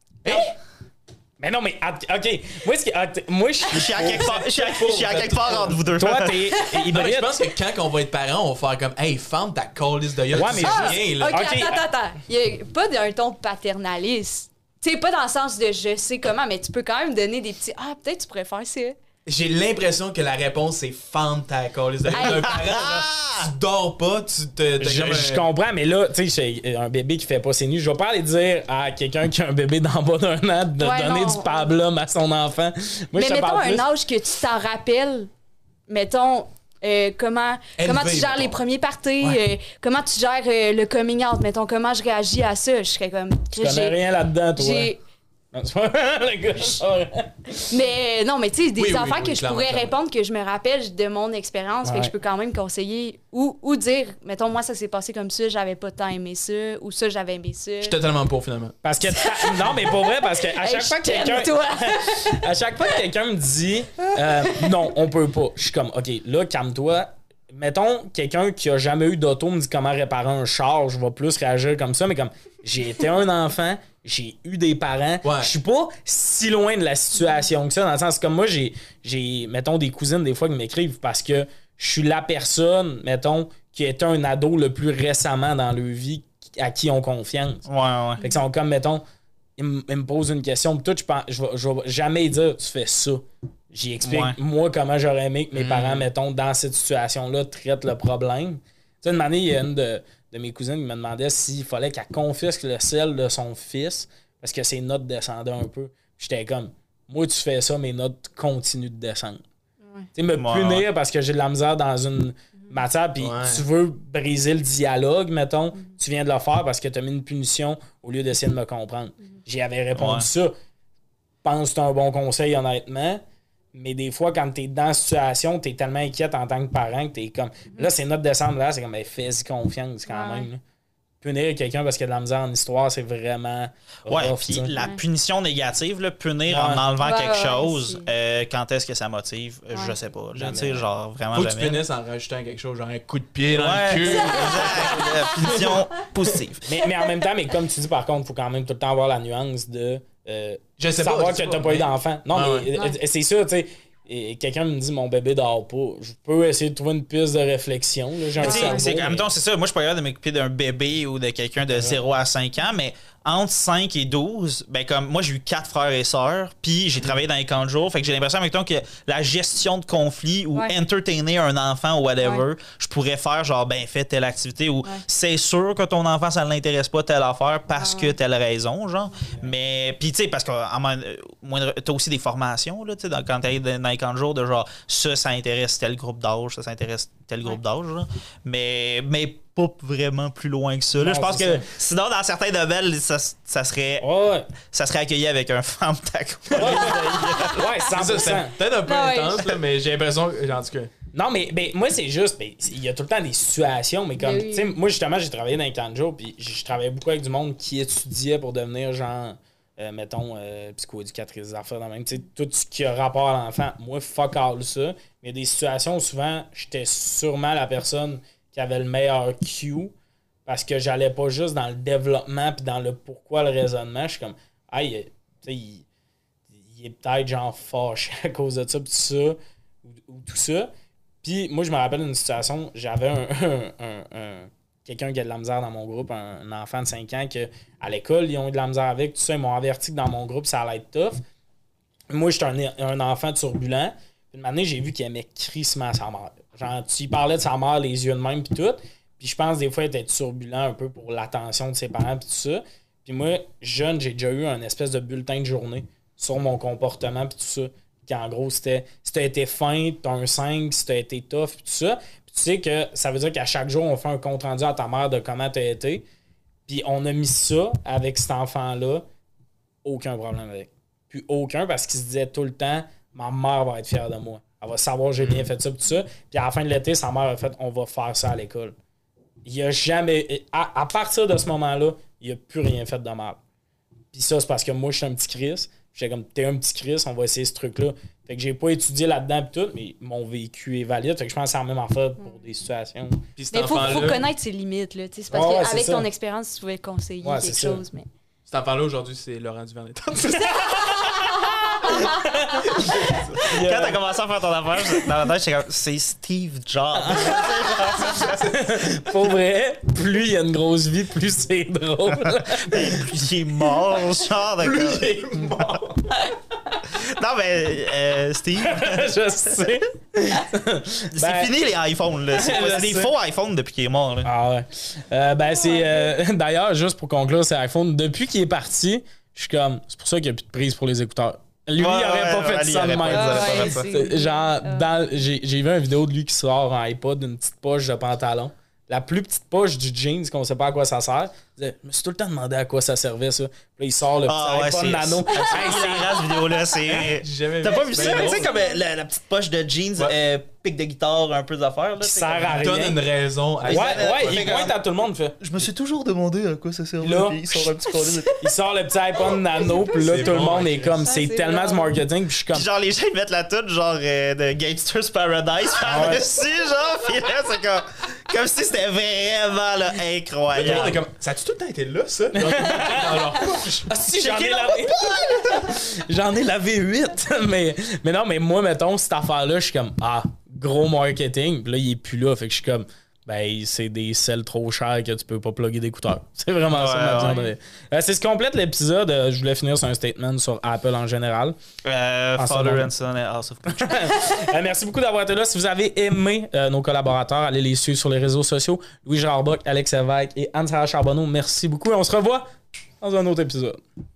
Mais non, mais OK. Moi, Je suis à quelque part, je suis à quelque part entre vous deux. Toi, t'es Non, mais hybride. je pense que quand on va être parents, on va faire comme, hey, ferme ta calice de gueule. Ouais, tu mais sais juste- rien, là. OK, Ok. attends. Il y a pas d'un ton paternaliste. Tu sais, pas dans le sens de je sais comment, mais tu peux quand même donner des petits. Ah, peut-être tu pourrais faire ça. J'ai l'impression que la réponse, c'est ferme ta calice de gueule. Hey. D'un parent, genre, tu dors pas, tu te. t'as comme Je un- comprends, mais là, tu sais, j'ai un bébé qui fait pas ses nuits. Je vais pas aller dire à quelqu'un qui a un bébé d'en bas d'un an de Ouais, donner non. du pablum à son enfant. Moi, Mais je te mettons parle un plus. âge que tu t'en rappelles. Mettons. Comment tu gères mettons. les premiers parties, Ouais. comment tu gères le coming out, mettons, comment je réagis à ça, je serais comme... Tu connais rien là-dedans, toi. j'ai- Non, c'est pas le gars. c'est pas vrai. Mais non, mais tu sais, des Oui, affaires oui, que je clairement, pourrais clairement. répondre, que je me rappelle de mon expérience, fait Ouais. que je peux quand même conseiller ou dire, mettons, moi, ça s'est passé comme ça, j'avais pas tant aimé ça, ou ça, j'avais aimé ça. Je suis totalement pour, finalement. Parce que non, mais pour vrai, parce que à Hey, chaque fois que je t'aime, quelqu'un toi. à chaque fois que quelqu'un me dit non, on peut pas, je suis comme OK, là calme-toi. Mettons quelqu'un qui a jamais eu d'auto me dit comment réparer un char, je vais plus réagir comme ça, mais comme j'ai été un enfant, j'ai eu des parents, Ouais. je suis pas si loin de la situation que ça, dans le sens comme moi j'ai mettons des cousines des fois qui m'écrivent parce que je suis la personne, mettons, qui est un ado le plus récemment dans leur vie à qui on confiance. Ouais. Fait que sont comme, mettons, ils me posent une question, pis tout, je vais jamais dire, tu fais ça. J'y explique, Ouais. moi, comment j'aurais aimé que mes parents, mettons, dans cette situation-là, traitent le problème. Tu sais, une année, il y a une de mes cousines qui me demandait s'il fallait qu'elle confisque le sel de son fils, parce que ses notes descendaient un peu. J'étais comme, moi, tu fais ça, mes notes continuent de descendre. Tu sais, me Ouais, punir ouais. parce que j'ai de la misère dans une matière, puis Ouais. tu veux briser le dialogue, mettons, tu viens de le faire parce que tu as mis une punition au lieu d'essayer de me comprendre. J'y avais répondu Ouais. ça. Je pense que c'est un bon conseil, honnêtement. Mais des fois, quand t'es dans la situation, t'es tellement inquiète en tant que parent que t'es comme. Là, c'est notre décembre, là, c'est comme, ben, fais-y confiance quand Ouais. même. Là. Punir quelqu'un parce qu'il y a de la misère en histoire, c'est vraiment. Ouais, rough, puis tu sais. la punition négative, là, punir Ouais. en enlevant Ouais, quelque ouais, chose, c'est- quand est-ce que ça motive, je sais pas. Là, Jamais. tu sais, genre, vraiment Faut que tu jamais. finisses en rajoutant quelque chose, genre un coup de pied dans Ouais, le cul. exact. La punition positive. Mais en même temps, mais comme tu dis, par contre, il faut quand même tout le temps avoir la nuance de Je sais pas, savoir je sais que t'as pas, pas eu mais- d'enfant. Non, Ah mais ouais. c'est ça, tu sais. Et quelqu'un me dit mon bébé dort pas. Je peux essayer de trouver une piste de réflexion. Là. J'ai un Tu sais, cerveau, c'est, mais- en même temps, c'est ça. Moi, je suis pas capable de m'occuper d'un bébé ou de quelqu'un de 0 à 5 ans, mais entre 5 et 12, ben comme moi, j'ai eu 4 frères et sœurs, puis j'ai travaillé dans les camps de jour. Fait que j'ai l'impression, mettons, que la gestion de conflits ou Ouais. entertainer un enfant ou whatever, Ouais. je pourrais faire genre, ben, fais telle activité ou Ouais. c'est sûr que ton enfant, ça ne l'intéresse pas telle affaire parce Ah que ouais. telle raison, genre. Mais, puis tu sais, parce que t'as aussi des formations, là, tu sais, quand t'es dans les camps de jour, de genre, ça intéresse tel groupe d'âge, ça intéresse tel groupe d'âge, là. Mais pas vraiment plus loin que ça. Là. Non, Je pense c'est que ça. sinon, dans certains domaines, ça serait accueilli avec un femme taco. Ouais, C'est 100%. peut-être un peu Ah ouais. intense, là, mais j'ai l'impression que, en tout cas. Non, mais moi, c'est juste, il y a tout le temps des situations, mais comme, Oui. tu sais, moi, justement, j'ai travaillé dans les canjos, puis je travaillais beaucoup avec du monde qui étudiait pour devenir, genre, mettons, psychoéducatrice, des affaires, même, tu sais, tout ce qui a rapport à l'enfant. Moi, fuck all ça. Mais il y a des situations où souvent, j'étais sûrement la personne qui avait le meilleur cue, parce que j'allais pas juste dans le développement, puis dans le pourquoi, le raisonnement. Je suis comme, tu sais, il est peut-être, genre, fâché à cause de ça, puis tout ça, ou tout ça. Puis moi, je me rappelle d'une situation, j'avais quelqu'un qui a de la misère dans mon groupe, un enfant de 5 ans, que à l'école, ils ont eu de la misère avec, tout ça, ils m'ont averti que dans mon groupe, ça allait être tough. Moi, j'étais un enfant turbulent. Puis une année, j'ai vu qu'il aimait crissement à sa mère. Genre, tu y parlais de sa mère, les yeux de même, puis tout. Puis je pense, des fois, il était turbulent un peu pour l'attention de ses parents, puis tout ça. Puis moi, jeune, j'ai déjà eu un espèce de bulletin de journée sur mon comportement, puis tout ça. Qui en gros, c'était si t'as été fin, t'as un 5, si t'as été tough, puis tout ça. Puis tu sais que ça veut dire qu'à chaque jour, on fait un compte rendu à ta mère de comment t'as été. Puis on a mis ça avec cet enfant-là, aucun problème avec. Puis aucun, parce qu'il se disait tout le temps, ma mère va être fière de moi. Elle va savoir que j'ai bien fait ça, puis tout ça. Puis à la fin de l'été, sa mère a fait, on va faire ça à l'école. Il a jamais. À partir de ce moment-là, il a plus rien fait de mal. Puis ça, c'est parce que moi, je suis un petit Chris. J'étais comme, t'es un petit Chris, on va essayer ce truc-là. Fait que j'ai pas étudié là-dedans pis tout, mais mon vécu est valide. Fait que je pense que c'est la même affaire pour des situations. Puis cet Mais il faut enfant-là, connaître ses limites, là. Tu sais, c'est parce Ouais, qu'avec c'est ça. ton expérience, tu pouvais conseiller Ouais, quelque c'est ça. chose. Mais... cet enfant-là aujourd'hui, c'est Laurent Duvernay. Quand t'as commencé à faire ton affaire, dans ma tête, j'étais comme, c'est Steve Jobs. Pour vrai, plus il y a une grosse vie, plus c'est drôle. Il est mort, genre de Lui, comme- il est mort. Non, mais Steve, Je sais. c'est fini les iPhones. Là. C'est Je des sais. faux iPhones depuis qu'il est mort. Là. Ah ouais. C'est. D'ailleurs, juste pour conclure, c'est iPhone. Depuis qu'il est parti, je suis comme. C'est pour ça qu'il n'y a plus de prise pour les écouteurs. Lui, il aurait pas fait ça de même. Ouais, c'est- Genre, j'ai vu une vidéo de lui qui sort un iPod d'une petite poche de pantalon. La plus petite poche du jeans, qu'on sait pas à quoi ça sert. Je me suis tout le temps demandé à quoi ça servait, ça. Puis là, il sort le petit iPod Nano. C'est hilarant, cette vidéo-là. C'est... J'ai jamais T'as pas vu c'est ça? bien Tu sais, drôle. comme la petite poche de jeans, Ouais. pic de guitare, un peu d'affaires. Qui sert à Il donne rien. une raison. À Ouais, il fait pointe à tout le monde, fait. Je me suis toujours demandé à quoi ça servait. Là. Puis il sort un petit collier de... Il sort le petit iPod Nano, puis là, C'est tout le bon, monde est ok. comme, Ça, c'est c'est tellement bon. du marketing, puis je suis comme, Puis genre, les gens, ils mettent la toute, genre, de Gangster's Paradise par-dessus, genre. Puis là, c'est comme si c'était vraiment, là, Tout le monde est incroyable. comme, ça a-tu tout le temps été là, ça? Dans leur poche. ah si, j'en ai Checker lavé. J'en ai lavé 8. mais non, mais moi, mettons, cette affaire-là, je suis comme, gros marketing. Puis là, il est plus là. Fait que je suis comme, ben, c'est des selles trop chères que tu peux pas plugger d'écouteurs. C'est vraiment ça, ma vision de- c'est ce qui complète l'épisode. Je voulais finir sur un statement sur Apple en général. Father and Son et House of Gucci. Merci beaucoup d'avoir été là. Si vous avez aimé nos collaborateurs, allez les suivre sur les réseaux sociaux. Louis Jarboc, Alex Lévesque et Anne-Sarah Charbonneau. Merci beaucoup et on se revoit dans un autre épisode.